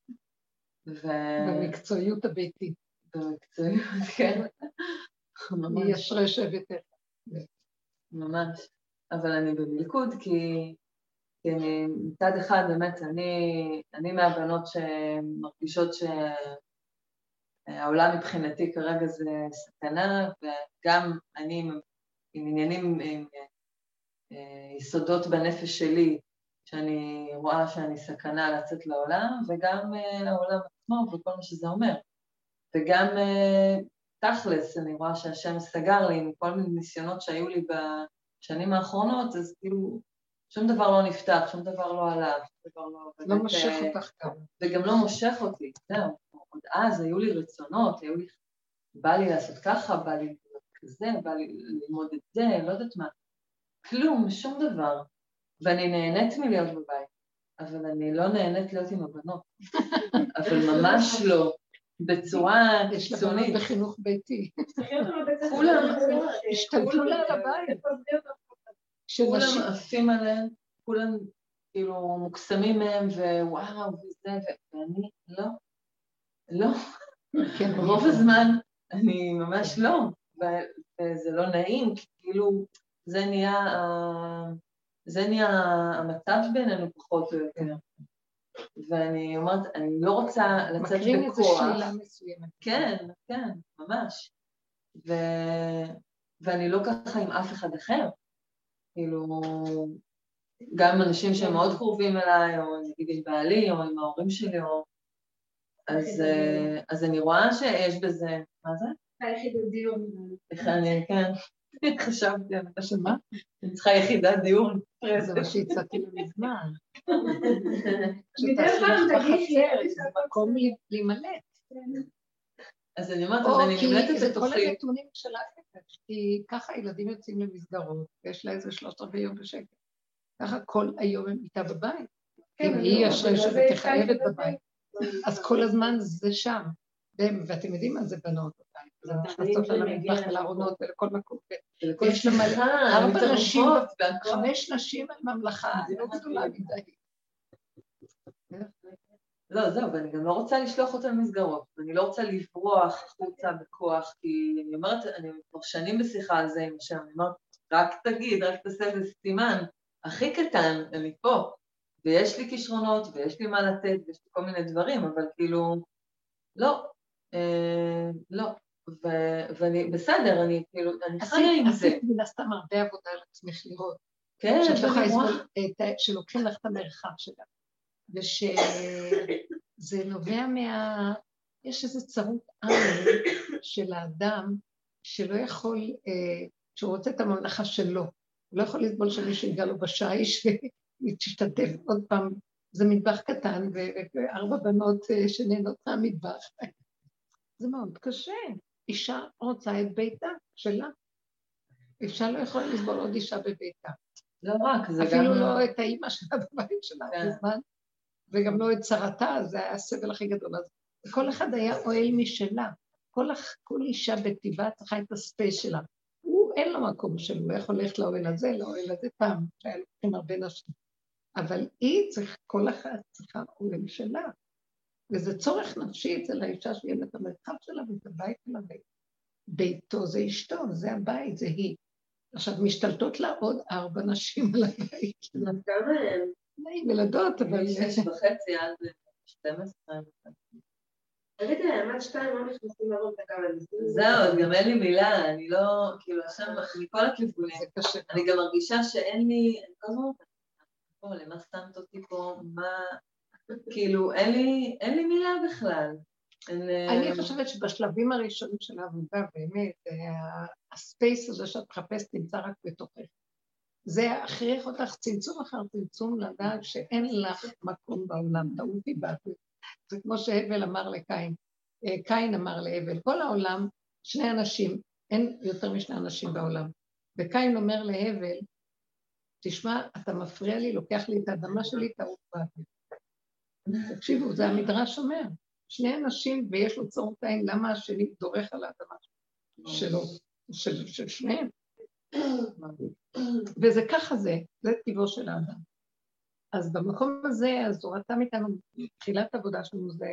במקצועיות הביתית. במקצועיות, כן. היא ישרה שבטך. ממש. אבל אני במלכוד כי מצד אחד באמת אני מהבנות שמרגישות ש... העולם מבחינתי כרגע זה סכנה, וגם אני עם, עם עניינים, עם יסודות בנפש שלי, שאני רואה שאני סכנה לצאת לעולם, וגם העולם עצמו וכל מה שזה אומר. וגם תכלס, אני רואה שהשם סגר לי עם כל מיני ניסיונות שהיו לי בשנים האחרונות, אז כאילו שום דבר לא נפתח, שום דבר לא עלה, שום דבר לא... לא מושך אותך גם. וגם לא מושך אותי, זהו. עוד אז היו לי רצונות, היו לי, בא לי לעשות ככה, בא לי להיות כזה, בא לי ללמוד את זה, לא יודעת מה. כלום, שום דבר. ואני נהנית מלהיות בבית, אבל אני לא נהנית להיות עם הבנות. אבל ממש לא, בצורה קיצונית. יש לבנות בחינוך ביתי. כולם השתלטו לה על הבית. כולם עפים עליהם, כולם כאילו מוקסמים מהם, ווואו, וזה, ואני לא. לא, רוב הזמן אני ממש לא, וזה לא נעים, כאילו זה נהיה, זה נהיה המצב בינינו פחות או יותר. ואני אומרת, אני לא רוצה לצאת בכוח. מקרין איזו שלילה מסוימת. כן, כן, ממש. ואני לא ככה עם אף אחד אחר. כאילו, גם אנשים שהם מאוד קרובים אליי, או נגיד עם בעלי, או עם ההורים שלי, או... אז, אז אני רואה שיש בזה, מה זה? היחידת דיור. איך אני, כן, חשבתי על זה. שמה? אני צריכה יחידת דיור. זה מה שהצעתי לו מזמן. מדי פעם תגידי. זה מקום להימלט. אז אני אומרת, אז אני נמלטת זה כל בתוכי. הנתונים של ההפך, כי ככה ילדים יוצאים למסגרות, ויש לה איזה שלושת רבעי יום בשקט. ככה כל היום הם איתה בבית. אם היא ישרה ותחייבת בבית. אז כל הזמן זה שם, ואתם יודעים מה זה בנות בבית, זה נכנסות על המטבח ולארונות ולכל מקום, ויש לה מלא, ארבע נשים, חמש נשים על ממלכה, לא גדולה מדי. לא, זהו, ואני גם לא רוצה לשלוח אותה למסגרות, ואני לא רוצה לברוח החוצה בכוח, כי אני אומרת, אני כבר שנים בשיחה על זה עם השם, אני אומרת, רק תגיד, רק תעשה איזה סימן, הכי קטן, אני פה. ויש לי כישרונות, ויש לי מה לתת, ויש לי כל מיני דברים, אבל כאילו, לא, אה, לא. ואני, בסדר, אני כאילו, אני חיה עם זה. עשית מן הסתם הרבה עבודה על עצמך לראות. כן, שאת לא יכולה אני רואה. לסבול, שלוקחים לך את המרחב שלה. ושזה נובע מה... יש איזו צרות עין של האדם, שלא יכול, שהוא רוצה את הממלכה שלו. הוא לא יכול לסבול שמישהו ייגע לו בשיש, ותשתתף עוד פעם. זה מטבח קטן, וארבע בנות שנהנות מהמטבח. זה מאוד קשה. אישה רוצה את ביתה שלה. אישה לא יכולה לסבול עוד אישה בביתה. לא רק, זה גם... אפילו לא את האימא שלה בבית שלה בזמן, וגם לא את צרתה, זה היה הסבל הכי גדול. אז כל אחד היה אוהל משלה. כל אישה בטבעה צריכה את הספייס שלה. הוא אין לו מקום שלו, הוא יכול ללכת לאוהל הזה, לאוהל הזה פעם, שהיה לוקחים הרבה נשים. אבל היא צריכה, כל אחת צריכה אוהל שלה. וזה צורך נפשי אצל האישה שיהיה לה את המרחב שלה ואת הבית שלה. ביתו זה אשתו, זה הבית, זה היא. עכשיו, משתלטות לה עוד ארבע נשים על הבית שלה. כמה הם? נעים ילדות, אבל... שש וחצי עד שתים עשרה. תגידי להם, עד שתיים לא נכנסים לרוב את הכמה. זהו, גם אין לי מילה, אני לא, כאילו, עכשיו, מכל הכיוונים. זה קשה. אני גם מרגישה שאין לי, אני כל הזמן, למה שמת אותי פה, מה, כאילו, אין לי מילה בכלל. אני חושבת שבשלבים הראשונים של העבודה, באמת, הספייס הזה שאת מחפשת נמצא רק בתוכך. זה הכריח אותך צמצום אחר צמצום לדעת שאין לך מקום בעולם, טעותי בעתיד. זה כמו שהבל אמר לקין, קין אמר להבל, כל העולם, שני אנשים, אין יותר משני אנשים בעולם. וקין אומר להבל, תשמע, אתה מפריע לי, לוקח לי את האדמה שלי, טעות בעתיד. תקשיבו, זה המדרש אומר. שני אנשים ויש לו צורת עין, למה השני דורך על האדמה שלו, של, של שניהם. וזה ככה זה, זה טבעו של האדם. אז במקום הזה, אז הוא רצה מאיתנו, תחילת העבודה שלנו זה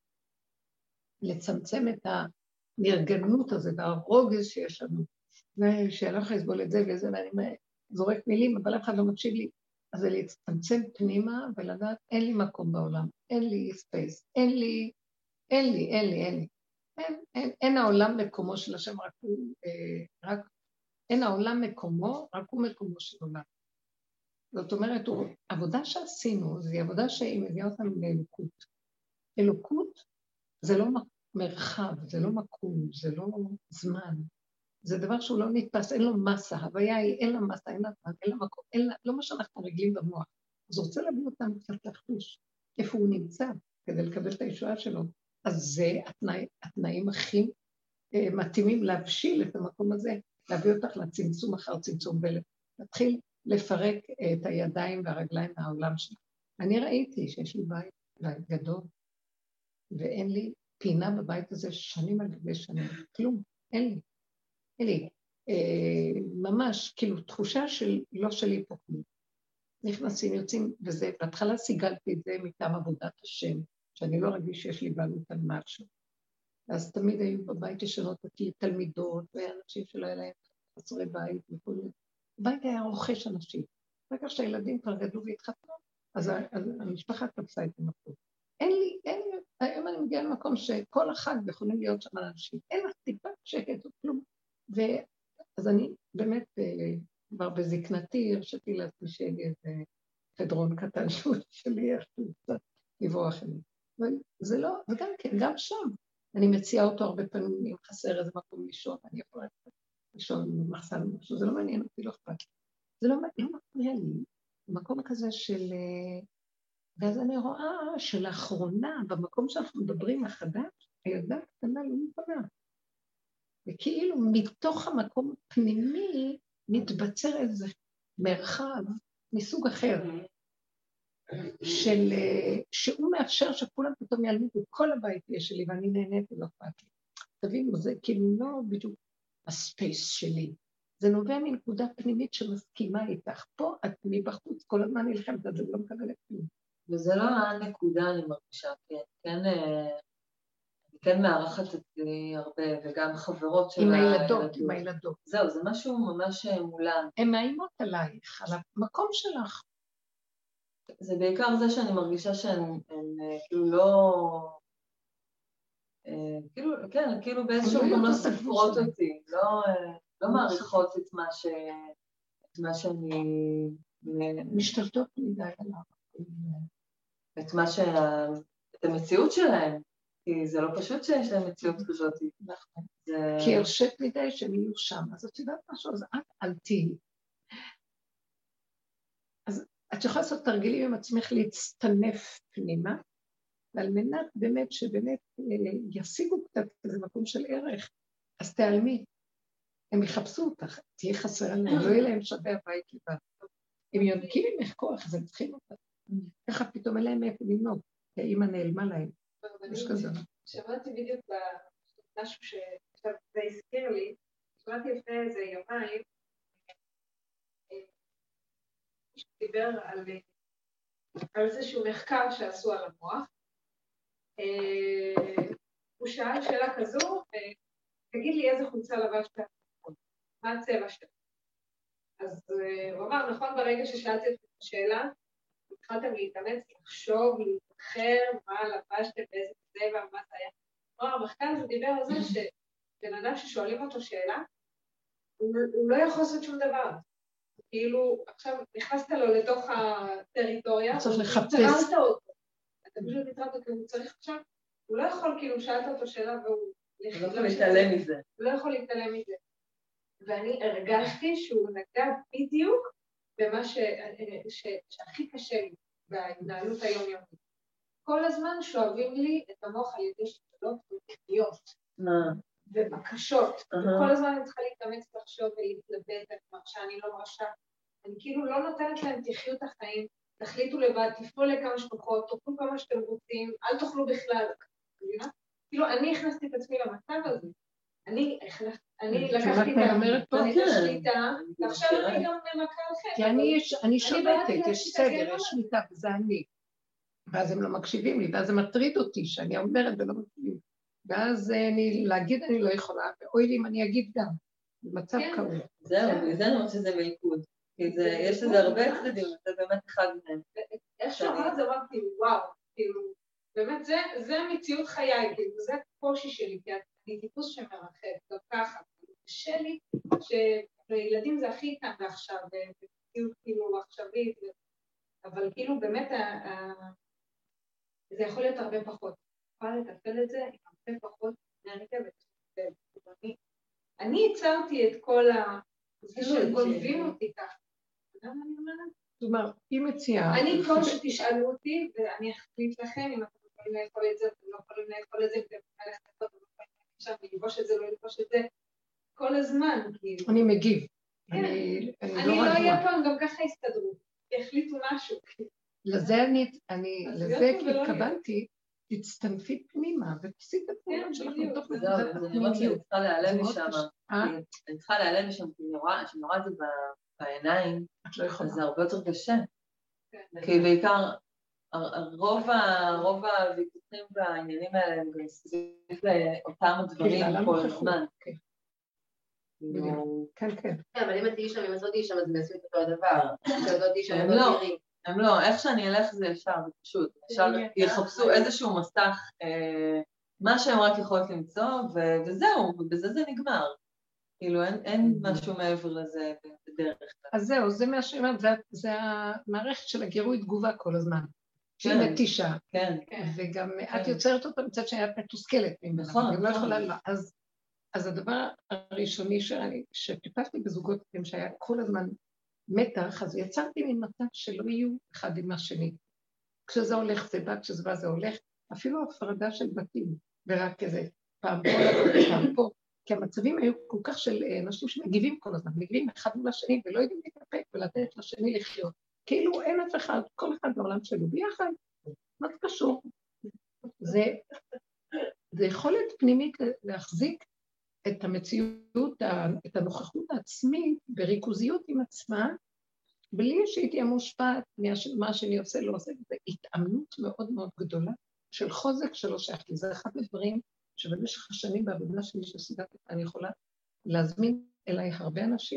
לצמצם את הנרגנות הזה והרוגז שיש לנו, ושאני לא יכולה לסבול את זה וזה, ואני זורק מילים, אבל אף אחד לא מקשיב לי. אז זה להצטמצם פנימה ולדעת, אין לי מקום בעולם, אין לי ספייס, אין לי, אין לי, אין לי, אין לי. אין, אין, אין העולם מקומו של השם, רק הוא, אה, רק, אין העולם מקומו, רק הוא מקומו של עולם. זאת אומרת, הוא, עבודה שעשינו, זו עבודה שהיא מביאה אותנו לאלוקות. אלוקות זה לא מרחב, זה לא מקום, זה לא זמן. זה דבר שהוא לא נתפס, אין לו מסה, הוויה היא, אין לה מסה, אין לה זמן, אין לה מקום, אין לה, לא מה שאנחנו רגלים במוח. אז הוא רוצה להביא אותנו קצת לחוש, איפה הוא נמצא, כדי לקבל את הישועה שלו. אז זה התנאי, התנאים הכי אה, מתאימים להבשיל את המקום הזה, להביא אותך לצמצום אחר צמצום, ולהתחיל לפרק אה, את הידיים והרגליים מהעולם שלה. אני ראיתי שיש לי בית, בית גדול, ואין לי פינה בבית הזה שנים על גבי שנים, כלום, אין לי. אלי, אה, ממש, כאילו, תחושה של לא שלי פה כלום. נכנסים, יוצאים, וזה, בהתחלה סיגלתי את זה מטעם עבודת השם, שאני לא רגיש שיש לי בעלות על משהו. אז תמיד היו בבית ישנות אותי תלמידות, ואנשים שלא היה להם חסרי בית וכל זה. הבית היה רוכש אנשים. רק שהילדים כבר גדלו והתחתנו, אז המשפחה תפסה את המקום. אין לי, אין לי, היום אני מגיעה למקום שכל החג יכולים להיות שם אנשים. אין לך טיפה שקט או כלום. ואז אני באמת כבר בזקנתי הרשתי לעצמי שיהיה לי איזה חדרון קטן שלי, איך שהוא קצת יבואח לי. אבל זה לא, וגם כן, גם שם. אני מציעה אותו הרבה פעמים, אם חסר איזה מקום לישון, אני יכולה לישון במחסן או משהו, זה לא מעניין אותי, לא אכפת לי. זה לא מפריע לי, מקום כזה של... ואז אני רואה שלאחרונה, במקום שאנחנו מדברים החדש, הילדה הקטנה לא מוכנה. וכאילו מתוך המקום הפנימי מתבצר איזה מרחב מסוג אחר, של, שהוא מאפשר שכולם פתאום ייעלמו בכל הבית שלי, ואני נהנית ולא אכפת לי. תבינו, זה כאילו לא בדיוק הספייס שלי. זה נובע מנקודה פנימית שמסכימה איתך. פה את מבחוץ, כל הזמן נלחמת, אז זה לא מקבלת כלום. וזה לא הנקודה, אני מרגישה, כן, כן, כן מארחת אותי הרבה, וגם חברות של הילדות. עם הילדות. זהו, זה משהו ממש מולן. הן מאיימות עלייך, על המקום שלך. זה בעיקר זה שאני מרגישה שהן כאילו לא... כאילו, כן, כאילו באיזשהו גם לא ספרות אותי, לא מעריכות את מה ש... את מה שאני... משתלטות מדי עליו. את מה ש... את המציאות שלהם, כי זה לא פשוט שיש להם מציאות כזאת. נכון. כי הרשת מדי שהם יהיו שם, אז את יודעת משהו, אז את אל תהיי. אז את יכולה לעשות תרגילים עם עצמך להצטנף פנימה, ועל מנת באמת שבאמת ישיגו קצת איזה מקום של ערך, אז תעלמי. הם יחפשו אותך, תהיה חסרה להם, לא יהיה להם שווה הבית לבד. הם יונקים ממך כוח, אז הם צריכים אותך. ככה פתאום אליהם מאיפה לנהוג, כי האמא נעלמה להם. יש כזה. שמעתי בדיוק במשהו שעכשיו זה הזכיר לי, שמעתי לפני איזה יומיים, שדיבר על, על איזשהו מחקר שעשו על המוח. הוא שאל שאלה כזו, תגיד לי איזה חולצה לבשת, מה הצבע שלך? אז הוא אמר, נכון, ברגע ששאלתי את השאלה, התחלתם להתאמץ, לחשוב, להתאחר, מה לבשתם, באיזה צבע, מה זה היה. כלומר, המחקר הזה דיבר על זה שבן אדם ששואלים אותו שאלה, הוא, הוא לא יכול לעשות שום דבר. כאילו, עכשיו נכנסת לו לתוך הטריטוריה, צריך לחפש. התרמת אותו. אתה פשוט התרמת, כי הוא צריך עכשיו, הוא לא יכול, כאילו, שאלת אותו שאלה והוא... הוא לא יכול להתעלם מזה. הוא לא יכול להתעלם מזה. ואני הרגשתי שהוא נגע בדיוק במה ש... ש... שהכי קשה לי בהתנהלות היומיומית. כל הזמן שואבים לי את המוח על ידי שאלות ותכניות ובקשות. וכל הזמן אני צריכה להתאמץ לחשוב ולהתלבט על מה שאני לא מרשה. אני כאילו לא נותנת להם תחיו את החיים, תחליטו לבד, תפנו לכמה שפחות, תאכלו כמה שאתם רוצים, אל תאכלו בכלל. כאילו אני הכנסתי את עצמי למצב הזה. אני לקחתי את השליטה, ועכשיו אני גם ממכה לכם. כי אני שולטת, יש סדר, יש שליטה, וזה אני. ואז הם לא מקשיבים לי, ואז זה מטריד אותי שאני אומרת ולא מקשיבים. ואז להגיד אני לא יכולה, ואוי לי אם אני אגיד גם. זה מצב קרוב. זהו, זה אני אומרת שזה מלכוד. כי יש לזה הרבה צדדים, זה באמת אחד מהם. איך שאמרת זה אמרתי, וואו, כאילו, באמת זה מציאות חיי, כאילו, זה הקושי שלי, כי אני טיפוס שמרחב, גם ככה, קשה לי שילדים זה הכי איתם עכשיו, ומציאות כאילו עכשווית, אבל כאילו באמת זה יכול להיות הרבה פחות. אני יכולה לטפל את זה עם הרבה פחות מהרכבת. אני יצרתי את כל ה... זה שגונבים אותי ככה. למה אני אומרת? זאת אומרת, היא מציעה... אני כל שתשאלו אותי, ואני אחליט לכם אם אתם יכולים לאכול את זה, אתם לא יכולים לאכול את זה, ואתם יכולים ללכת את זה, עכשיו ללבוש את זה, לא ללבוש את זה, כל הזמן, כאילו. אני מגיב. אני לא אהיה פעם, גם ככה הסתדרו, כי החליטו משהו. לזה אני, לזה התכוונתי, תצטנפי פנימה, ותפסי את הפעולות שלך לתוך זה. זהו, אני אומרת שאני צריכה להיעלם משם, אני צריכה להיעלם משם, כי אני רואה את זה בעיניים, אז זה הרבה יותר קשה. כי בעיקר, רוב הוויכוחים והעניינים האלה הם גם סביב אותם הדברים כל הזמן. כן, כן. אבל אם את תהיי שם, אם את לא תהיי שם, אז בעצם אותו הדבר. הם לא, הם לא, איך שאני אלך זה ישר, זה פשוט. ישר יחפשו איזשהו מסך, מה שהם רק יכולות למצוא, וזהו, ובזה זה נגמר. כאילו, אין משהו מעבר לזה בדרך. אז זהו, זה מה שאומרת, זה המערכת של הגירוי תגובה כל הזמן. שהיא מתישה. כן. וגם את יוצרת אותה מצד שאת מתוסכלת. נכון. היא לא יכולה לה. אז הדבר הראשוני שטיפלתי בזוגות שהיה כל הזמן מתח, אז יצרתי מין מצב שלא יהיו אחד עם השני. כשזה הולך זה בא, כשזה בא זה הולך, אפילו הפרדה של בתים, ורק איזה פעם פה, פעם פה, כי המצבים היו כל כך של אנשים שמגיבים כל הזמן, מגיבים אחד מול השני ולא יודעים להתאפק ולתת לשני לחיות. כאילו אין אף אחד, כל אחד בעולם שלו ביחד, מה זה קשור? זה, זה יכולת פנימית להחזיק את המציאות, את הנוכחות העצמית בריכוזיות עם עצמה, בלי שהיא תהיה מושפעת מה שאני עושה, לא עושה, זה התאמנות מאוד מאוד גדולה של חוזק שלא שייך לי. זה אחד הדברים שבמשך השנים בעבודה שלי שסגרתי, אני יכולה להזמין אליי הרבה אנשים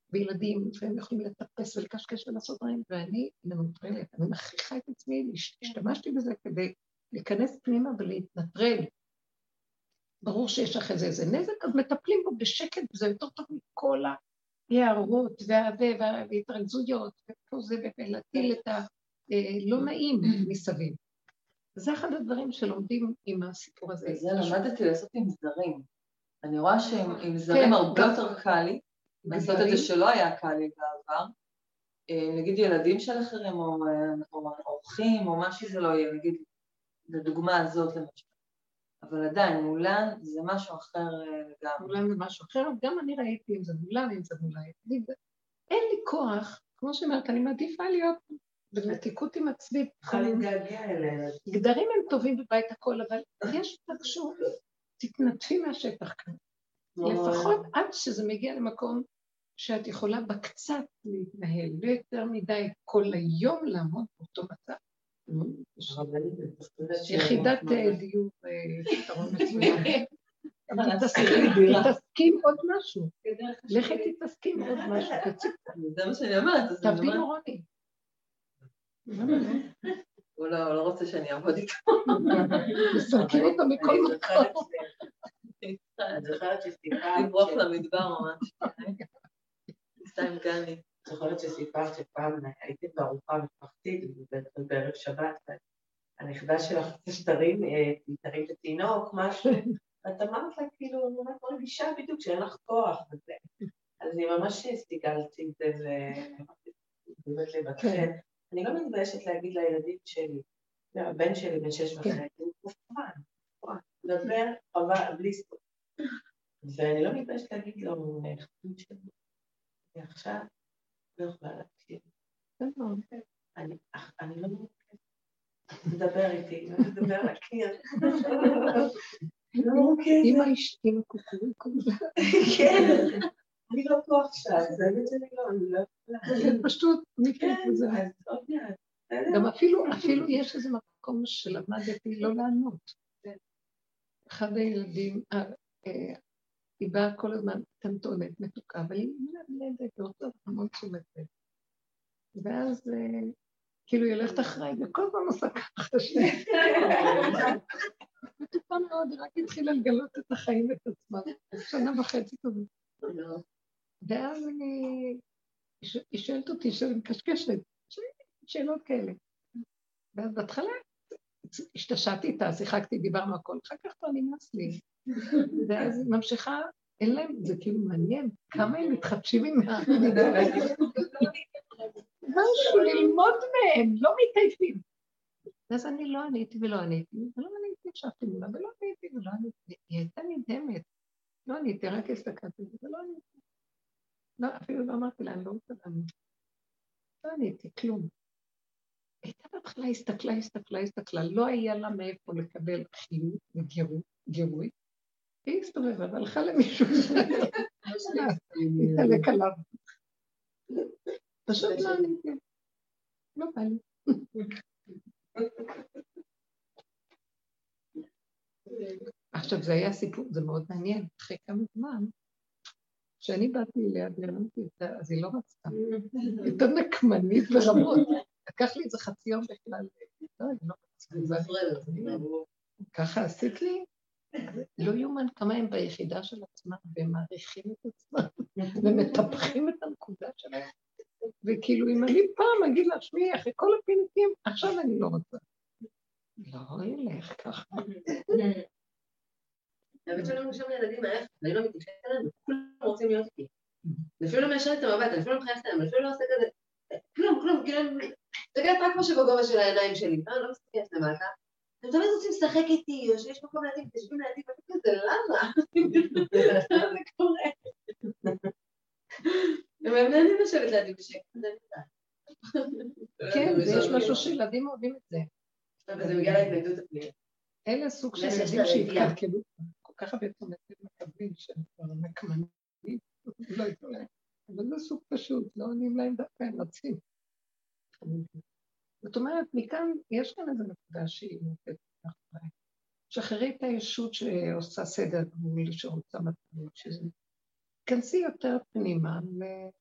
וילדים, והם יכולים לטפס ולקשקש ולעשות דברים, ואני מנוטרלת, אני מכריחה את עצמי, השתמשתי בזה כדי להיכנס פנימה ולהתנטרל. ברור שיש לך איזה, איזה נזק, אז מטפלים בו בשקט, וזה יותר טוב מכל ההערות וההתרגזויות, ופה זה, ולהטיל את הלא נעים מסביב. זה אחד הדברים שלומדים עם הסיפור הזה. זה למדתי לעשות עם זרים. אני רואה שעם זרים הרבה יותר קל לי, לעשות את זה שלא היה קל לי בעבר. נגיד ילדים של אחרים, או אורחים, או מה שזה לא יהיה, נגיד, לדוגמה הזאת למשל. אבל עדיין, מולן זה משהו אחר לגמרי. מולן זה משהו אחר, גם אני ראיתי אם זה מולן, אם זה מולן. אין לי כוח, כמו שאומרת, אני מעדיפה להיות במתיקות עם עצמי. גדרים הם טובים בבית הכל, אבל יש תחשוב, תתנדפי מהשטח כאן. לפחות עד שזה מגיע למקום שאת יכולה בקצת להתנהל, לא יותר מדי כל היום לעמוד באותו מצב. יחידת דיור פתרון מצוין. תתעסקים עוד משהו. לכי תתעסקים עוד משהו. זה מה שאני אומרת. תבינו רוני. הוא לא רוצה שאני אעבוד איתו. מסרקים אותו מכל מקום. את זוכרת שסיפרת... לברוח למדבר ממש. סתם גני. את זוכרת שסיפרת שפעם הייתי בארוחה משפחתית בערב שבת, והנכדה שלך שתרים, תרים לתינוק, משהו, ואת אמרת לה כאילו, אני ממש מרגישה בדיוק שאין לך כוח וזה. אז אני ממש הסתגלתי את זה ובאמת לבטחן. אני לא מתביישת להגיד לילדים שלי, הבן שלי בן שש וחצי, הוא כופרן, כופרן, לדבר בלי ספור. ואני לא מתביישת להגיד לו, חתום שלי, ועכשיו לא יכולה להקשיב. אני לא מוכרת. תדבר איתי, לא תדבר לקיר. לא מוכרת. אמא אשתי מקופרים כולה. כן. אני לא פה עכשיו, זה באמת שאני לא, אני לא יכולה. זה פשוט, מכן וזה. אז עוד מעט. גם אפילו, אפילו יש איזה מקום שלמדתי לא לענות. אחד הילדים, היא באה כל הזמן טנטונת, מתוקה, אבל היא מלדת, רוצה המון תשומת לב. ואז כאילו היא הולכת אחריי, וכל פעם עושה ככה שני. מתוקה מאוד, היא רק התחילה לגלות את החיים ואת עצמה, שנה וחצי כזה. ואז היא שואלת אותי, שאני מקשקשת, שאלות כאלה. ואז בהתחלה השתשעתי איתה, שיחקתי, דיברנו הכל, אחר כך כבר נמאס לי. ואז היא ממשיכה, אין להם, זה כאילו מעניין, כמה הם מתחדשים עם העמידה. משהו ללמוד מהם, לא מתעייפים. ואז אני לא עניתי ולא עניתי, ולא עניתי, ישבתי מולה, ולא עניתי ולא עניתי. היא הייתה נדהמת. לא עניתי, רק הסתכלתי ולא עניתי. לא, אפילו לא אמרתי לה, אני לא רוצה לענות. לא עניתי, כלום. הייתה בהתחלה, הסתכלה, הסתכלה, הסתכלה, לא היה לה מאיפה לקבל חיות וגירוי. היא הסתובבה והלכה למישהו להתעלק עליו. פשוט לא עניתי. לא בא לי. עכשיו זה היה סיפור, זה מאוד מעניין, אחרי כמה זמן, כשאני באתי אליה, אז היא לא רצתה, יותר נקמנית ורמות, לקח לי איזה חצי יום בכלל, לא, היא לא רצתה, ככה עשית לי, לא יומן כמה הם ביחידה של עצמם, והם מעריכים את עצמם, ומטפחים את הנקודה שלהם, וכאילו אם אני פעם אגיד לה, שמי, אחרי כל הפינקים, עכשיו אני לא רוצה. לא ילך ככה. האמת שלנו שם לילדים ההפך, אני לא מתייחסת אליהם, וכולם רוצים להיות איתי. אפילו לא מיישר את המבט, אני אפילו לא מחייכת אליהם, אפילו לא עושה כזה, כלום, כלום, כאילו, מסתכלת רק משהו בגובה של העיניים שלי, אני לא מסתכלת למטה. הם תמיד רוצים לשחק איתי, או שיש מקום לידי, תשבים לידי, ואני כזה, למה? זה קורה. הם נהנים לשבת לידי בשקט, זה נדע. כן, ויש משהו שילדים אוהבים את זה. וזה מגיע להתנגדות הפנימית. אלה סוג של ילדים שהתקלקלו, כל כך הרבה תומכים מקבלים שהם כבר נקמנים, לא ייתנו להם, אבל זה סוג פשוט, לא עונים להם דווקא, הם רצים. זאת אומרת, מכאן, יש כאן איזו נקודה שהיא נותנת אחרי. שחררי את הישות שעושה סדר גמול, שרוצה מתנות, שזה... כנסי יותר פנימה,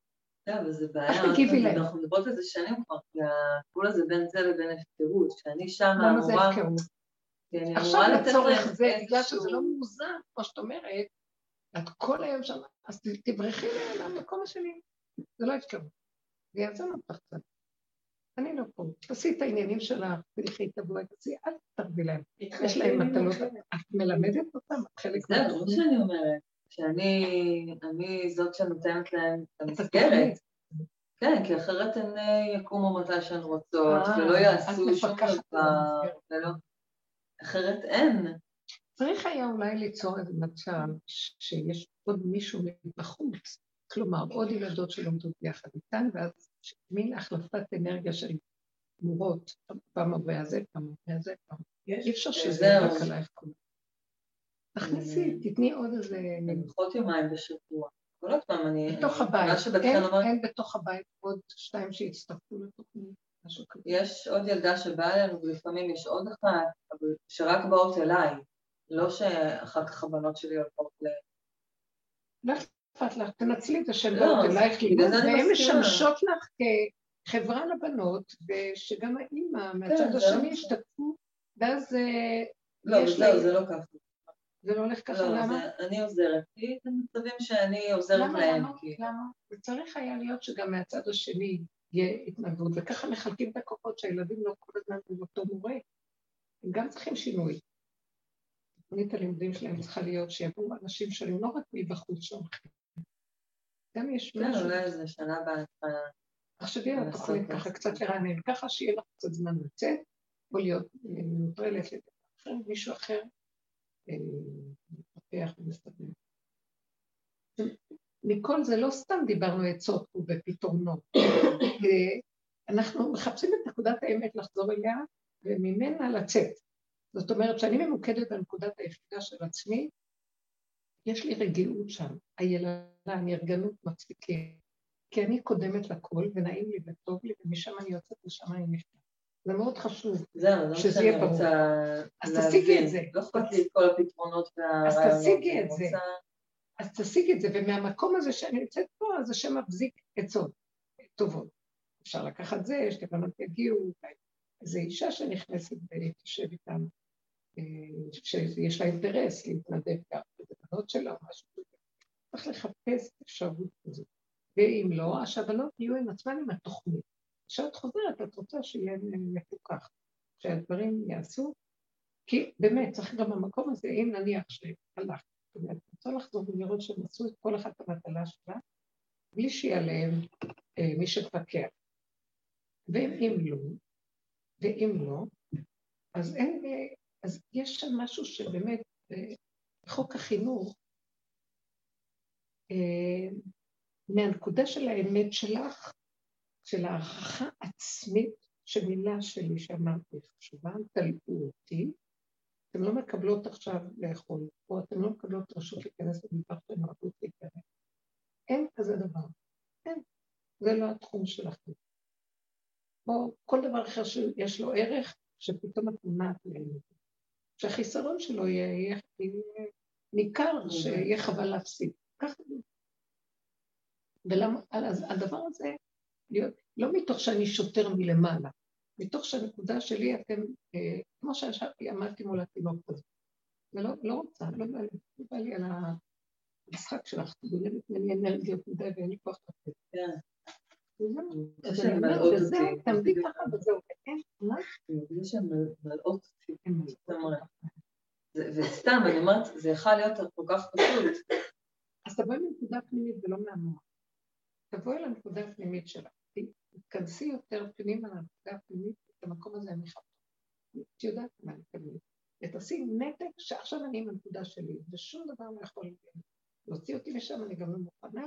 כן, אבל זה בעיה. איך תגיבי להם? אנחנו מדברות על זה שנים כבר, כי הגבול הזה בין זה לבין הפקרות, שאני שם אמורה... למה זה הפקרות? עכשיו לצורך זה, בגלל שזה לא מאוזן, כמו שאת אומרת, את כל היום שם, אז תברכי למקום השני. זה לא הפקרות. זה יעזור אותך קצת. אני לא פה. תעשי את העניינים שלך, תלכי, תבואי, תעשי, אל תרבי להם. יש להם מטלות, את מלמדת אותם, חלק זה ברור שאני אומרת, שאני זאת שנותנת להם את המסגרת. כן, כי אחרת הן יקומו מתי שהן רוצות, ולא יעשו שום דבר, אחרת אין. צריך היה אולי ליצור איזה מצב שיש עוד מישהו מבחוץ, כלומר עוד ילדות שלומדות ביחד איתן, ואז מין החלפת אנרגיה של מורות, פעם הבא הזה, פעם הבא הזה, פעם. אי אפשר שזה רק עלייך כולה. תכניסי, תתני עוד איזה... פחות יומיים בשבוע. כל עוד פעם אני... בתוך הבית, אין בתוך הבית עוד שתיים שהצטרפו לתוכנית, משהו כזה. יש עוד ילדה שבאה אלינו, ולפעמים יש עוד אחת, אבל שרק באות אליי, לא שאחר כך הבנות שלי הולכות ל... לא אכפת לך, תנצלי את השם באות אלייך, והן משמשות לך כחברה לבנות, ושגם האמא מהצד השני השתתפו, ואז יש לה... לא, זה לא ככה. זה לא הולך ככה, למה? אני עוזרת, כי זה מצבים שאני עוזרת להם. למה? זה צריך היה להיות שגם מהצד השני יהיה התנגדות, וככה מחלקים את הכוחות שהילדים לא כל הזמן באותו מורה. הם גם צריכים שינוי. תוכנית הלימודים שלהם צריכה להיות שיבואו אנשים שונים, לא רק מבחוץ שהולכים. גם יש משהו. כן, אולי איזה שנה בהתחלה. עכשיו יהיה התוכנית ככה קצת לרענן, ככה שיהיה לך קצת זמן לצאת, או להיות מנוטרלת לדבר אחר, מישהו אחר. מפתח ומסתכל. מכל זה לא סתם דיברנו עצות ובפתרונות. אנחנו מחפשים את נקודת האמת לחזור אליה, וממנה לצאת. זאת אומרת שאני ממוקדת בנקודת היחידה של עצמי, יש לי רגיעות שם, הילדה, הנרגנות מצליקים, כי אני קודמת לכל, ונעים לי וטוב לי, ומשם אני יוצאת ושם אני נפתח. זה מאוד חשוב שזה יהיה ברור. אז תשיגי את זה. לא אכפת לי כל הפתרונות והרעיונות. אז תשיגי את זה. אז תשיגי את זה, ומהמקום הזה שאני יוצאת פה, אז השם מבזיק עצות טובות. אפשר לקחת זה, יש לבנות יגיעו, איזו אישה שנכנסת ותשב איתם, שיש לה אינטרס להתנדב גם בבנות שלה או משהו כזה. צריך לחפש אפשרות כזו. ואם לא, השבנות יהיו עם עצמן עם התוכנית. כשאת חוזרת, את רוצה שיהיה מפוקח, שהדברים יעשו, כי באמת, צריך גם במקום הזה, אם נניח שהלך, זאת אומרת, רוצה לחזור ולראות שהם עשו את כל אחת המטלה שלה, בלי שיהיה להם אה, מי שפקח. ואם לא, ואם לא, אז אין, אז יש שם משהו שבאמת, בחוק החינוך, אה, מהנקודה של האמת שלך, של הערכה עצמית, שמילה שלי שאמרתי חשובה, תלעו אותי, אתם לא מקבלות עכשיו לאכול, או אתם לא מקבלות רשות להיכנס למדבר שנועדות להיכנס. אין כזה דבר. אין. זה לא התחום שלכם. או כל דבר אחר שיש לו ערך, שפתאום את מונעת להם. שהחיסרון שלו יהיה ניכר, שיהיה חבל להפסיד. ככה זה. והדבר הזה, להיות, לא מתוך שאני שוטר מלמעלה, מתוך שהנקודה שלי אתם, אה, כמו שאני אמרתי מול התינוק הזה, ולא לא רוצה, לא בא לי, לא בא לי על המשחק שלך, גונבת ממני אנרגיות מדי ואין לי כוח לתת. וזהו, אז אני אומרת, וזהו, תעמדי ככה וזהו, אין, מה? זה שהן מלאות אותי, וסתם, אני אומרת, זה יכול להיות כל כך פשוט. אז תבואי לנקודה פנימית ולא מהמוח. תבואי לנקודה הפנימית שלך. תכנסי יותר פנימה לנקודה הפנימית, את המקום הזה אני חפת. את יודעת מה אני מתכוונת. ותעשי נתק שעכשיו אני עם הנקודה שלי, ושום דבר לא יכול להוציא אותי משם, אני גם לא מוכנה,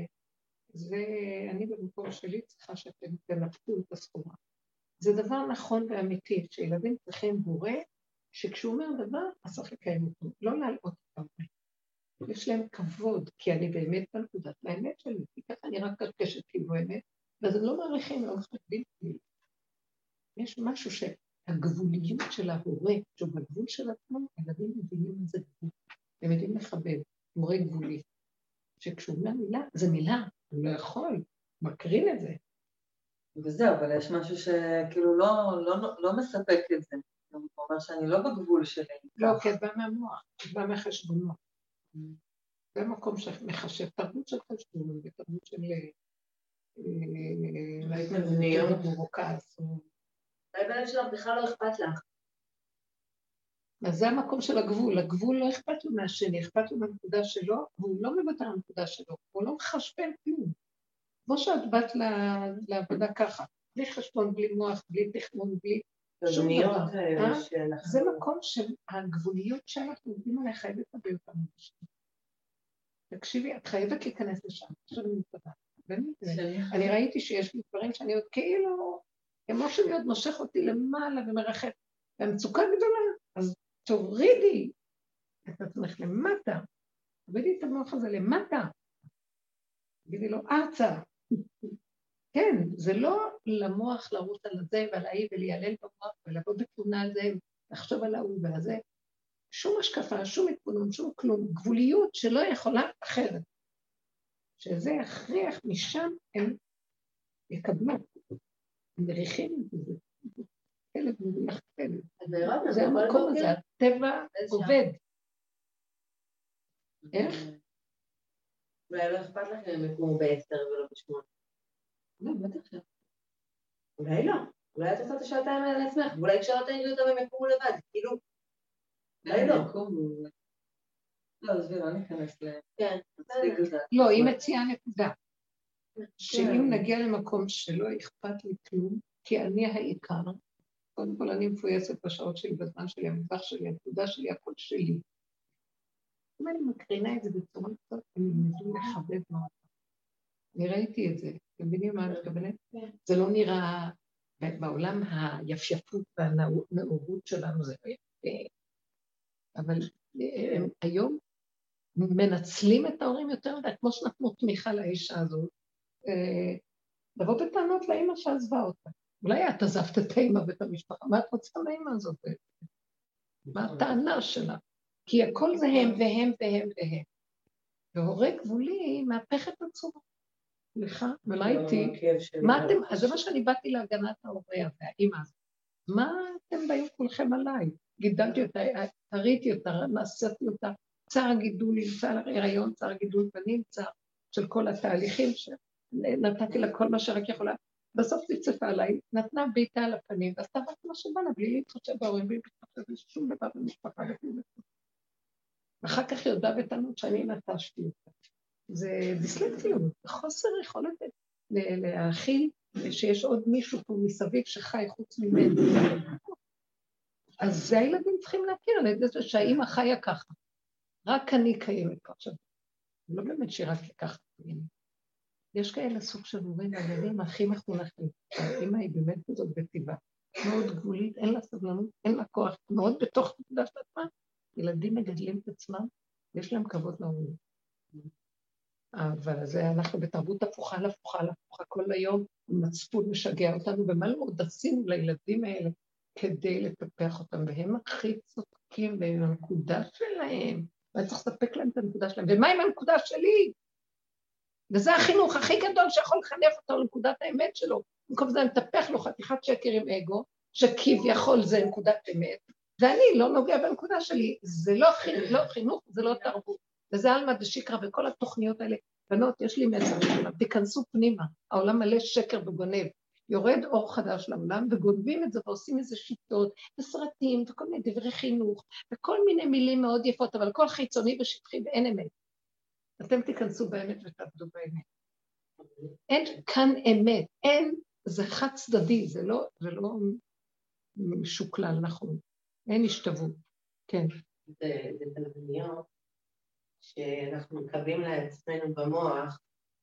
ואני במקום שלי צריכה שאתם תנפקו את הסחורה. זה דבר נכון ואמיתי, שילדים צריכים בורא, שכשהוא אומר דבר, אז צריך לקיים אותו, לא להלאות אותם. יש להם כבוד, כי אני באמת בנקודת לאמת שלי, כי ככה אני רק קשקשת כאילו אמת, ואז הם לא מעריכים, לא מכבדים כאילו. יש משהו שהגבוליות של ההורה, שהוא בגבול של עצמו, הילדים מבינים איזה גבול, הם יודעים לכבד, מורה גבולי, שכשהוא אומר מילה, זה מילה, הוא לא יכול, מקרין את זה. וזהו, אבל יש משהו שכאילו לא, לא, לא מספק את זה. הוא אומר שאני לא בגבול שלי. לא, כי זה בא מהמוח, זה בא מהחשבונות. זה מקום שמחשב תרבות של חשבונות, ותרבות של להתנגניות מרוכז. אולי בלב שלך בכלל לא אכפת לך. אז זה המקום של הגבול, הגבול לא אכפת לו מהשני, אכפת לו מהנקודה שלו, והוא לא מוותר על הנקודה שלו, הוא לא מחשבן כלום. כמו שאת באת לעבודה ככה, בלי חשבון, בלי מוח, בלי תכנון, בלי שום דבר. זה מקום שהגבוליות שאנחנו עובדים עליה חייבת להביא אותנו לשם. תקשיבי, את חייבת להיכנס לשם, עכשיו אני מתכוונה. אני ראיתי שיש לי דברים שאני עוד כאילו, כמו שאני עוד מושך אותי למעלה ומרחב, והמצוקה גדולה, אז תורידי את עצמך למטה, תורידי את המוח הזה למטה, תגידי לו ארצה. כן, זה לא למוח לרוץ על זה ועל ההיא ולהיעלל במוח ולבוא בתלונה על זה, לחשוב על ההוא ועל זה, שום השקפה, שום התבוננות, שום כלום, גבוליות שלא יכולה אחרת. שזה יכריח משם הם יקבלו, הם מריחים את זה. כלב מריח כלב. זה המקום הזה, הטבע עובד. איך? אולי לא אכפת לכם אם יקומו בעשר ולא בשמונה. לא, בטח שלא. אולי לא. אולי את עושה את השעתיים האלה לעצמך, ואולי כשלא תגידו אותם הם יקומו לבד, כאילו. אולי לא. לא, זה לא ניכנס ל... כן. לא, היא מציעה נקודה. שאם נגיע למקום שלא אכפת לי כלום, כי אני העיקר, קודם כל אני מפויסת בשעות שלי, בזמן שלי, המזבח שלי, הנקודה שלי, הכל שלי. אם אני מקרינה את זה בצורה קצת, אני מבין לכבד מאוד. אני ראיתי את זה, אתם מבינים מה אני מתכוונת? זה לא נראה, בעולם היפייפות והנאורות שלנו זה לא יפה, אבל הם היום מנצלים את ההורים יותר מדי, כמו שנתנו תמיכה לאישה הזאת, לבוא בטענות לאמא שעזבה אותה. אולי את עזבת את האמא ואת המשפחה, מה את רוצה לאמא הזאת? מה הטענה שלה? כי הכל זה הם והם והם והם. והורה גבולי מהפך את עצמו. סליחה, ולא הייתי, מה אתם, אז זה מה שאני באתי להגנת ההורה והאמא הזאת. מה אתם באים כולכם עליי? גידלתי אותה, הריתי אותה, נעשיתי אותה, צער הגידול נמצא על הריון, צער הגידול פנים, צער של כל התהליכים שנתתי לה כל מה שרק יכולה. בסוף תצפה עליי, נתנה ביתה על הפנים, ואז תעברת מה שבא לה, בלי להתחשב בהורים, בלי להתחשב שום דבר במשפחה. ואחר כך יודעה בטענות שאני נטשתי אותה. זה דיסלקטיות, חוסר יכולת להכיל שיש עוד מישהו פה מסביב שחי חוץ ממנו. אז זה הילדים צריכים להכיר על ידי זה שהאמא חיה ככה. רק אני קיימת פה עכשיו. לא באמת שרק ככה קיימת. יש כאלה סוג של הורים והילדים הכי מחונכים. האמא היא באמת כזאת בטבעה. מאוד גבולית, אין לה סבלנות, אין לה כוח, מאוד בתוך נקודה של עצמה. ילדים מגדלים את עצמם, יש להם כבוד להורים. אבל זה אנחנו בתרבות הפוכה לפוכה לפוכה כל היום, מצפון משגע אותנו, ומה לא עוד עשינו לילדים האלה כדי לטפח אותם, והם הכי צודקים והם הנקודה שלהם, ואני צריך לספק להם את הנקודה שלהם, ומה עם הנקודה שלי? וזה החינוך הכי גדול שיכול לחנך אותו לנקודת האמת שלו, במקום זה אני מטפח לו חתיכת שקר עם אגו, שכביכול זה נקודת אמת, ואני לא נוגע בנקודה שלי, זה לא חינוך, לא חינוך, זה לא תרבות, וזה אלמא דשיקרא וכל התוכניות האלה, בנות, יש לי מסר שלנו, תיכנסו פנימה, העולם מלא שקר וגונב, יורד אור חדש לעולם, וגונבים את זה ועושים איזה שיטות, וסרטים, וכל מיני דברי חינוך, וכל מיני מילים מאוד יפות, אבל כל חיצוני ושטחי ואין אמת. אתם תיכנסו באמת ותעבדו באמת. אין כאן אמת, אין, זה חד צדדי, זה לא, זה לא משוקלל, נכון. אין השתוות, כן. זה תלבניות שאנחנו מקבלים לעצמנו במוח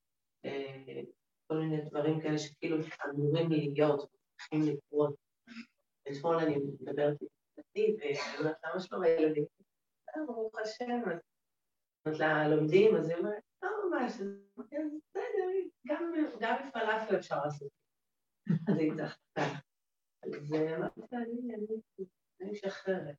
כל מיני דברים כאלה שכאילו אמורים להיות, צריכים לקרות. אתמול אני מדברת עם תתי, ואני אומרת למה שלום הילדים? ברוך השם, אז לומדים, אז היא אומרת, לא ממש, בסדר, גם בפלאפל אפשר לעשות. אז היא צחקה. אז אמרתי, אני משחררת.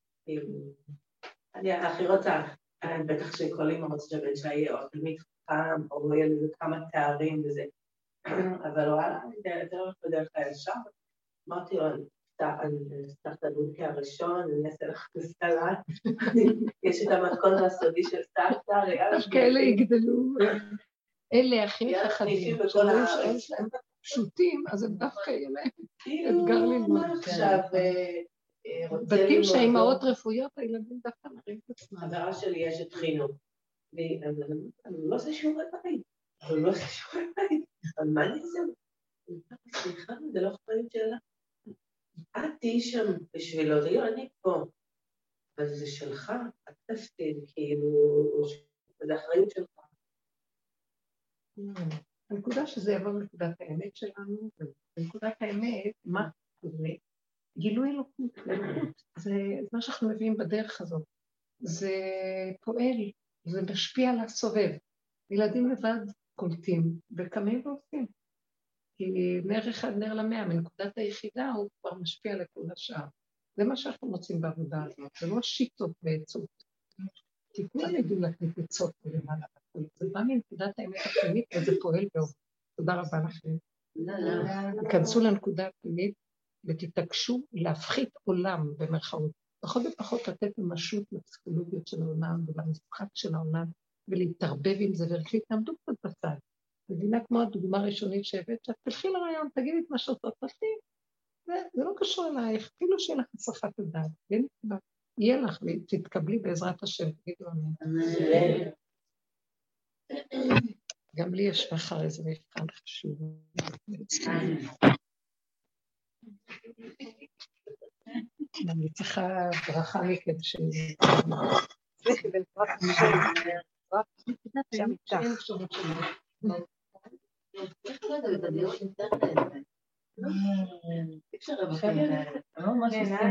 אני הכי רוצה, בטח שכל אימא רוצה שבן שיהיה או תלמיד חכם, או יהיה לזה כמה תארים וזה. אבל וואלה, אני הולכת בדרך הישר. אמרתי לו, אני אפתח את הבודקה הראשון, אני אעשה לך סלט, יש את המתכון הסודי של סבתא, יש כאלה יגדלו, אלה הכי חכמים, שיש להם פשוטים, אז הם דווקא יהיה להם אתגר ללמוד. עכשיו, בתים שהאימהות רפואיות, הילדים דווקא נראים את עצמם. חברה שלי יש את חינוך, אני לא עושה שיעורי בית, אני לא עושה שיעורי בית, אבל מה אני עושה? סליחה, זה לא חיים שלה. את תהי שם בשבילו, תגידו, אני פה, אבל זה שלך, את תפתיד, כאילו, זה אחריות שלך. הנקודה שזה יבוא מנקודת האמת שלנו, ונקודת האמת, מה זה? גילוי אלוקות, אלוקות, זה מה שאנחנו מביאים בדרך הזאת. זה פועל, זה משפיע על הסובב. ילדים לבד קולטים, וקמים ועושים. כי נר אחד נר למאה, מנקודת היחידה הוא כבר משפיע לכל השאר. זה מה שאנחנו מוצאים בעבודה הזאת, זה לא שיטות ועצות. כי כולם יודעים לתת עצות ולמעלה. זה בא מנקודת האמת הפנימית וזה פועל בעובד. תודה רבה לכם. תיכנסו לנקודה הפנימית ותתעקשו להפחית עולם במרכאות. פחות ופחות לתת ממשות לפסיכולוגיות של העולם ולמשחק של העולם ולהתערבב עם זה ולכי תעמדו קצת בצד. מבינה כמו הדוגמה הראשונית שהבאת, שאת תלכי לרעיון, תגידי את מה שעושות, תלכי. זה, זה לא קשור אלייך, אפילו שיהיה לך הצלחת לדעת. יהיה לך, תתקבלי בעזרת השם, תגידו אמן. גם לי יש מחר איזה מבחן חשוב. אני צריכה ברכה מכם שלי. זה כדי פרק משל, פרק שם איתך. איך לא יודעת, אני לא יודעת. אפשר לבקר.